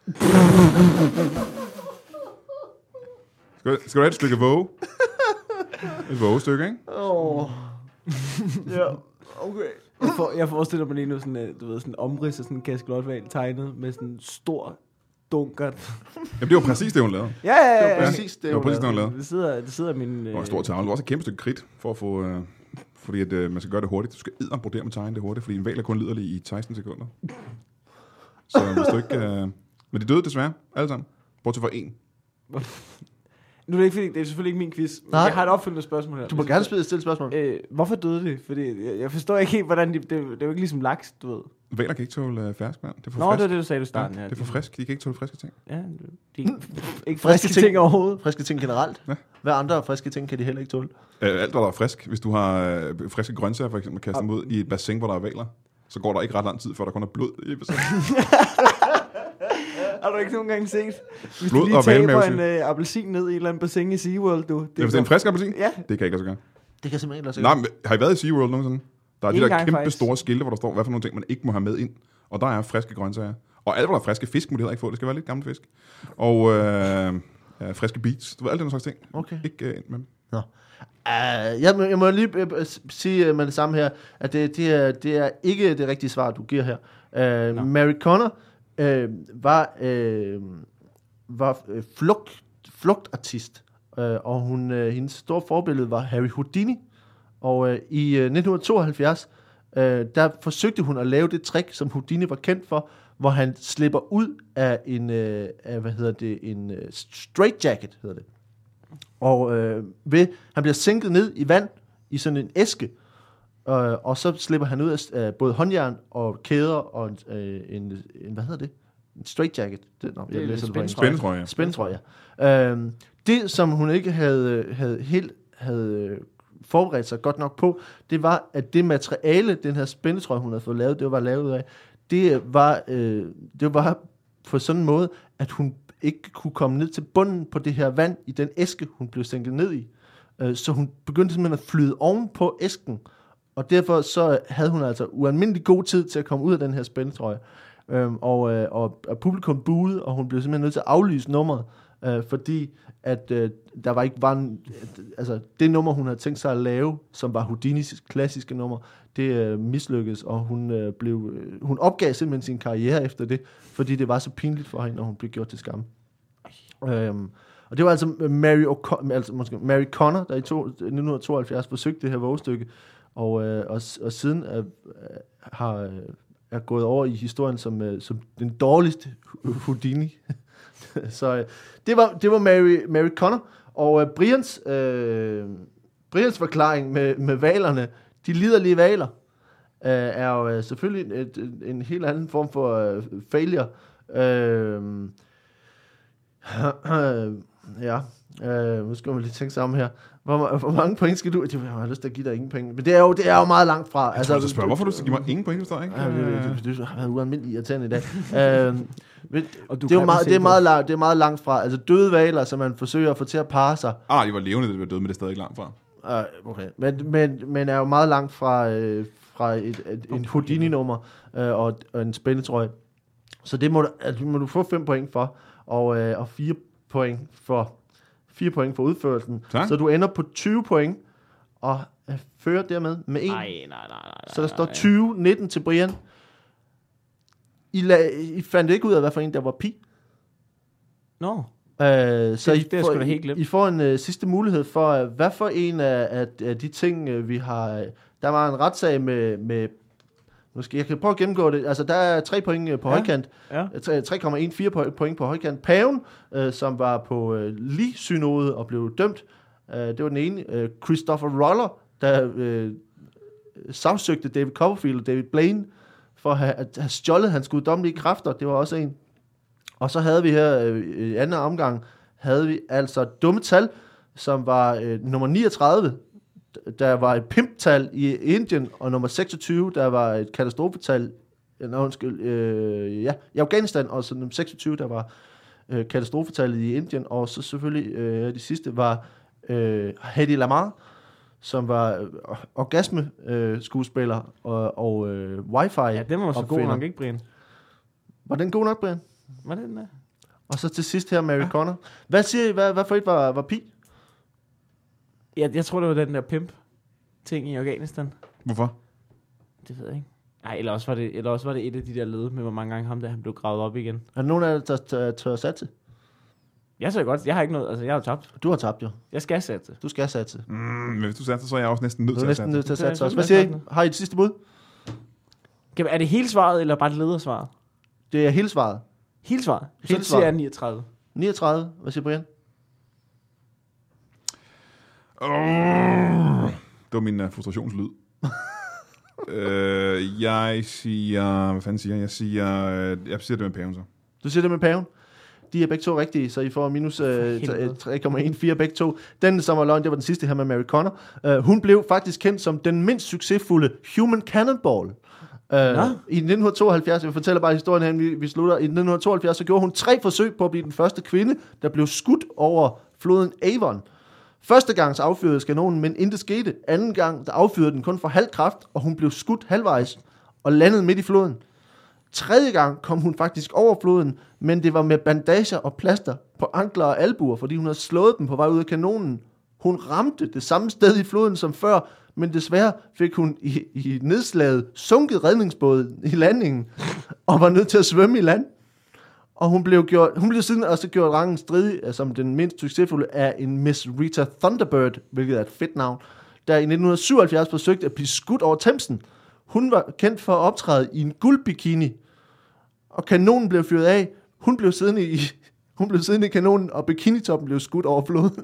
Skal du have et stykke våge? Et vågestykke, ikke? Ja, okay. Jeg forestiller mig lige nu sådan, du ved, sådan en omrids af sådan en kaskelotval tegnet med sådan en stor dunkert. Jamen, det var præcis det, hun lavede. Ja. Det var præcis det, hun lavede. Det sidder min... Det var en stor tavle. Det var også et kæmpe stykke kridt, for at få... fordi at, man skal gøre det hurtigt. Du skal brodere med tegne det hurtigt, fordi en hval er kun liderlig i 16 sekunder. Så hvis du ikke... Men de døde desværre, alle sammen. Bortset fra en. Nu er det ikke, fordi det er selvfølgelig ikke min quiz. Jeg har et opfølgende spørgsmål her. Du må gerne stille spørgsmål. Hvorfor døde det? Fordi jeg forstår ikke helt, hvordan det er jo ikke ligesom laks, du ved. Hvaler kan ikke tåle ferskvand. Det er for frisk. Det er det, du sagde i starten. Ja, det er for frisk. De kan ikke tåle friske ting. Ja, de er ikke friske ting overhovedet. Friske ting generelt. Ja. Hvad andre friske ting kan de heller ikke tåle? Alt, hvad der er frisk. Hvis du har friske grøntsager, for eksempel, kaster dem ud i et bassin, hvor der er hvaler, så går der ikke ret lang tid, før der kun er blod i bassinet. Har du ikke nogen gange set? Hvis blod du lige taber en appelsin ned i et eller andet bassin i SeaWorld, du. Hvis det er en frisk appelsin? Ja. Det kan jeg ikke lade sig gøre. Det kan simpelthen ikke lade sig gøre. Nej, men har I været i SeaWorld nogensinde? Der er de der kæmpe store skilte, hvor der står, hvad for nogle ting, man ikke må have med ind. Og der er friske grøntsager. Og alt, hvor der er friske fisk, må de heller ikke få. Det skal være lidt gammel fisk. Og friske beets. Du ved, alt den slags ting. Okay. Ikke ind med dem. Nå. Jeg må lige sige med det samme her, at det er ikke det rigtige svar, du giver her. Mary Connor var flugtartist, og hendes store forbillede var Harry Houdini. Og i 1972, der forsøgte hun at lave det trick, som Houdini var kendt for, hvor han slipper ud af en straitjacket, hedder det. Og han bliver sænket ned i vand i sådan en æske, og så slipper han ud af både håndjern og kæder og en hvad hedder det? En straitjacket. Spændetrøje. Det, som hun ikke havde forberedt sig godt nok på, det var, at det materiale, den her spændetrøje, hun havde fået lavet, det var lavet af, det var på sådan en måde, at hun ikke kunne komme ned til bunden på det her vand i den æske, hun blev sænket ned i. så hun begyndte simpelthen at flyde oven på æsken, og derfor så havde hun altså ualmindelig god tid til at komme ud af den her spændetrøje. Og publikum buede, og hun blev simpelthen nødt til at aflyse nummeret, fordi at der var altså det nummer, hun havde tænkt sig at lave, som var Houdinis klassiske nummer, det mislykkedes, og hun opgav simpelthen sin karriere efter det, fordi det var så pinligt for hende, når hun blev gjort til skamme. Og det var altså Mary Connor, der i 1972 forsøgte det her vågestykke, og siden er gået over i historien som den dårligste Houdini. Så det var Mary Connor, og Brians forklaring med valerne, de liderlige valer, er jo selvfølgelig en helt anden form for failure. Nu skal man lige tænke sammen her. Hvor mange point skal du? Jeg har lyst til at give dig ingen point. Men det er jo meget langt fra. Jeg tror, du spørger, hvorfor du skal give mig ingen point, hvis der ikke? Det har været ualmindeligt irriterende i dag. Det er meget langt fra. Altså døde valer, som man forsøger at få til at parre sig. De var levende, det var døde, men det er stadig langt fra. Okay. Men er jo meget langt fra en Houdini-nummer og en spændetrøje. Så det må du få 5 point for, og 4 point for udførelsen. Tak. Så du ender på 20 point, og fører dermed med 1. Nej. Så der står 20-19 til Brian. I fandt ikke ud af, hvad for en der var pi. Nå. Så I får en sidste mulighed for, hvad for en af de ting, vi har... Der var en retssag med jeg kan prøve at gennemgå det. Altså, der er 3 point på højkant. Ja. 3,14 point på højkant. Paven, som var på lige-synode og blev dømt. Det var den ene. Christopher Roller, der sagsøgte David Copperfield og David Blaine for at have stjålet hans guddommelige kræfter. Det var også en. Og så havde vi her i anden omgang, havde vi altså dumme tal, som var nummer 39, der var et pimptal i Indien, og nummer 26, der var et katastrofetal, i Afghanistan, og så nummer 26, der var katastrofetallet i Indien, og så selvfølgelig de sidste var Hedy Lamarr, som var orgasme-skuespiller og wifi. Ja, den var så god nok, ikke, Brian? Var den god nok, Brian? Var det den der? Og så til sidst her, Mary Connor. Hvad siger I, hvad for et var pi? Ja, jeg tror, det var den der pimp-ting i Afghanistan. Hvorfor? Det ved jeg ikke. Nej, eller også var det et af de der led med, hvor mange gange ham der, han blev gravet op igen. Er der nogen af jer, der tør satse? Jeg så godt. Jeg har ikke noget. Altså, jeg har tabt. Du har tabt, jo. Jeg skal satse. Du skal satse. Men hvis du satser, så er jeg også næsten nødt til at satse. Du er næsten nødt til at satse også. Hvad siger I? Har I et sidste bud? Er det hele svaret, eller bare det ledersvaret? Det er hele svaret. Hele svaret? Så det siger jeg 39. 39. Hvad siger Brian? Det var min frustrationslyd. Jeg siger... Hvad fanden siger jeg? Jeg siger det med paven, så. Du siger det med paven? De er begge to rigtige, så I får minus 3,14 begge to. Den, som var løgn, det var den sidste her med Mary Connor. Hun blev faktisk kendt som den mindst succesfulde Human Cannonball. I 1972, jeg fortæller bare historien her, vi slutter. I 1972, så gjorde hun 3 forsøg på at blive den første kvinde, der blev skudt over floden Avon. Første gang så affyrede kanonen, men intet skete. Anden gang, der affyrede den kun for halv kraft, og hun blev skudt halvvejs og landede midt i floden. Tredje gang kom hun faktisk over floden, men det var med bandager og plaster på ankler og albuer, fordi hun havde slået dem på vej ud af kanonen. Hun ramte det samme sted i floden som før, men desværre fik hun i nedslaget sunket redningsbåden i landingen, og var nødt til at svømme i land. Og hun blev siden også gjort rangen stridig som den mindst succesfulde af en Miss Rita Thunderbird, hvilket er et fedt navn, der i 1977 forsøgte at blive skudt over Themsen. Hun var kendt for at optræde i en guldbikini, og kanonen blev fyret af. Hun blev siddende i kanonen, og bikinitoppen blev skudt over floden.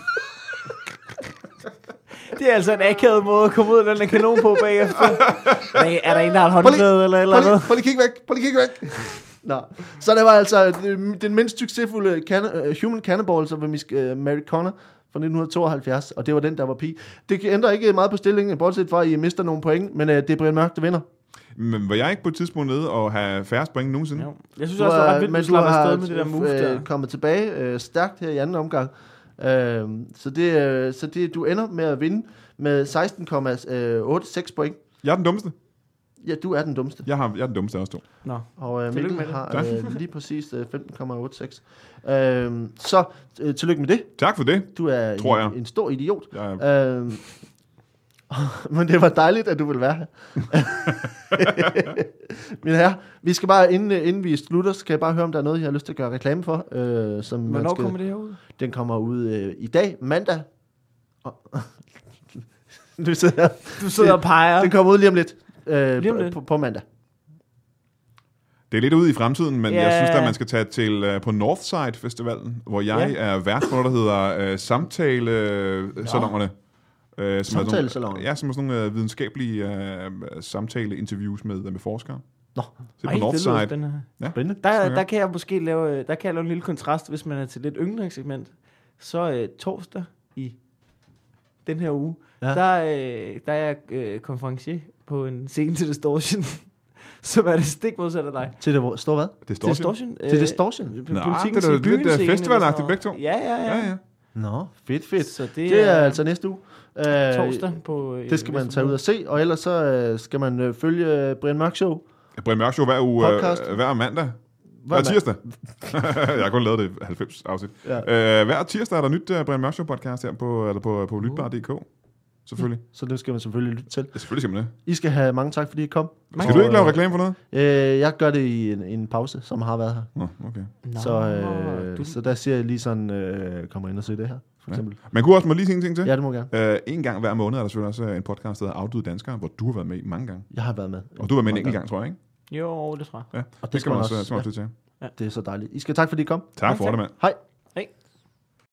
Det er altså en akavet måde at komme ud af den der kanon på bagefter. Er der en, der har et håndklæde eller noget? Prøv lige kigge væk. Nå. Så det var altså den mindst succesfulde Human Cannonball, som var Mary Connor fra 1972, og det var den, der var pi. Det ændrer ikke meget på stillingen, bortset fra, at I mister nogle point, men det er Brian Mørk, der vinder. Men var jeg ikke på et tidspunkt nede og have færre point nogensinde? Jo. Jeg synes også, det var ret vildt, at du slapper afsted med det der move der. Kommet tilbage stærkt her i anden omgang. Så du ender med at vinde med 16,86 point. Jeg er den dummeste. Ja, du er den dummeste. Jeg er den dummeste også to. Nå. Og Mikkel har lige præcis 15,86. Så tillykke med det. Tak for det. Du er en stor idiot. Ja. Men det var dejligt, at du ville være her. Mine herrer, vi skal bare, inden vi slutter, så kan jeg bare høre, om der er noget, jeg har lyst til at gøre reklame for. Hvornår kommer det her ud? Den kommer ud i dag, mandag. Du sidder og peger. Den kommer ud lige om lidt. På mandag. Det er lidt ude i fremtiden, men jeg synes, at man skal tage til på Northside Festivalen, hvor jeg er vært på noget, der hedder samtale-salongerne. Samtalesalon? Ja, som er sådan nogle videnskabelige samtale-interviews med forskere. Nå. Så på Northside. Det spændende. Ja. Der kan jeg måske lave en lille kontrast, hvis man er til lidt yngre segment. Så torsdag i den her uge, der er jeg konferencier på en scene til Distortion. Som er det stik modsat af dig. Til det står hvad? Distortion. Til Distortion? Nå, det er lidt festivalagtigt begge to. Ja. Nå, fedt. Så det er altså næste uge. Torsdag på... det skal man tage ud og se, og ellers så skal man følge Brian Mørk Show. Brian Mørk Show hver uge, hver mandag. Hver tirsdag. Jeg har kun lavet det 90 afsnit. Ja. Hver tirsdag er der nyt Brian Mørk Show podcast her på lytbar.dk. Selvfølgelig. Så det skal man selvfølgelig lytte til. Ja, selvfølgelig skal man det. I skal have mange tak, fordi I kom. Skal du ikke lave reklame for noget? Jeg gør det i en pause, som har været her. Okay. Så der siger jeg lige sådan, kommer ind og se det her, for eksempel. Man kunne også lige sige en ting til. Ja, det må gerne. En gang hver måned er der selvfølgelig også en podcast, der hedder Afdøde Danskere, hvor du har været med mange gange. Jeg har været med. Og du har været med en enkelt gang, tror jeg, ikke? Jo, det tror jeg. Ja, og det skal man også til. Ja. Det er så dejligt. I skal tak, fordi I kom. Tak for det, mand. Hej. Hej.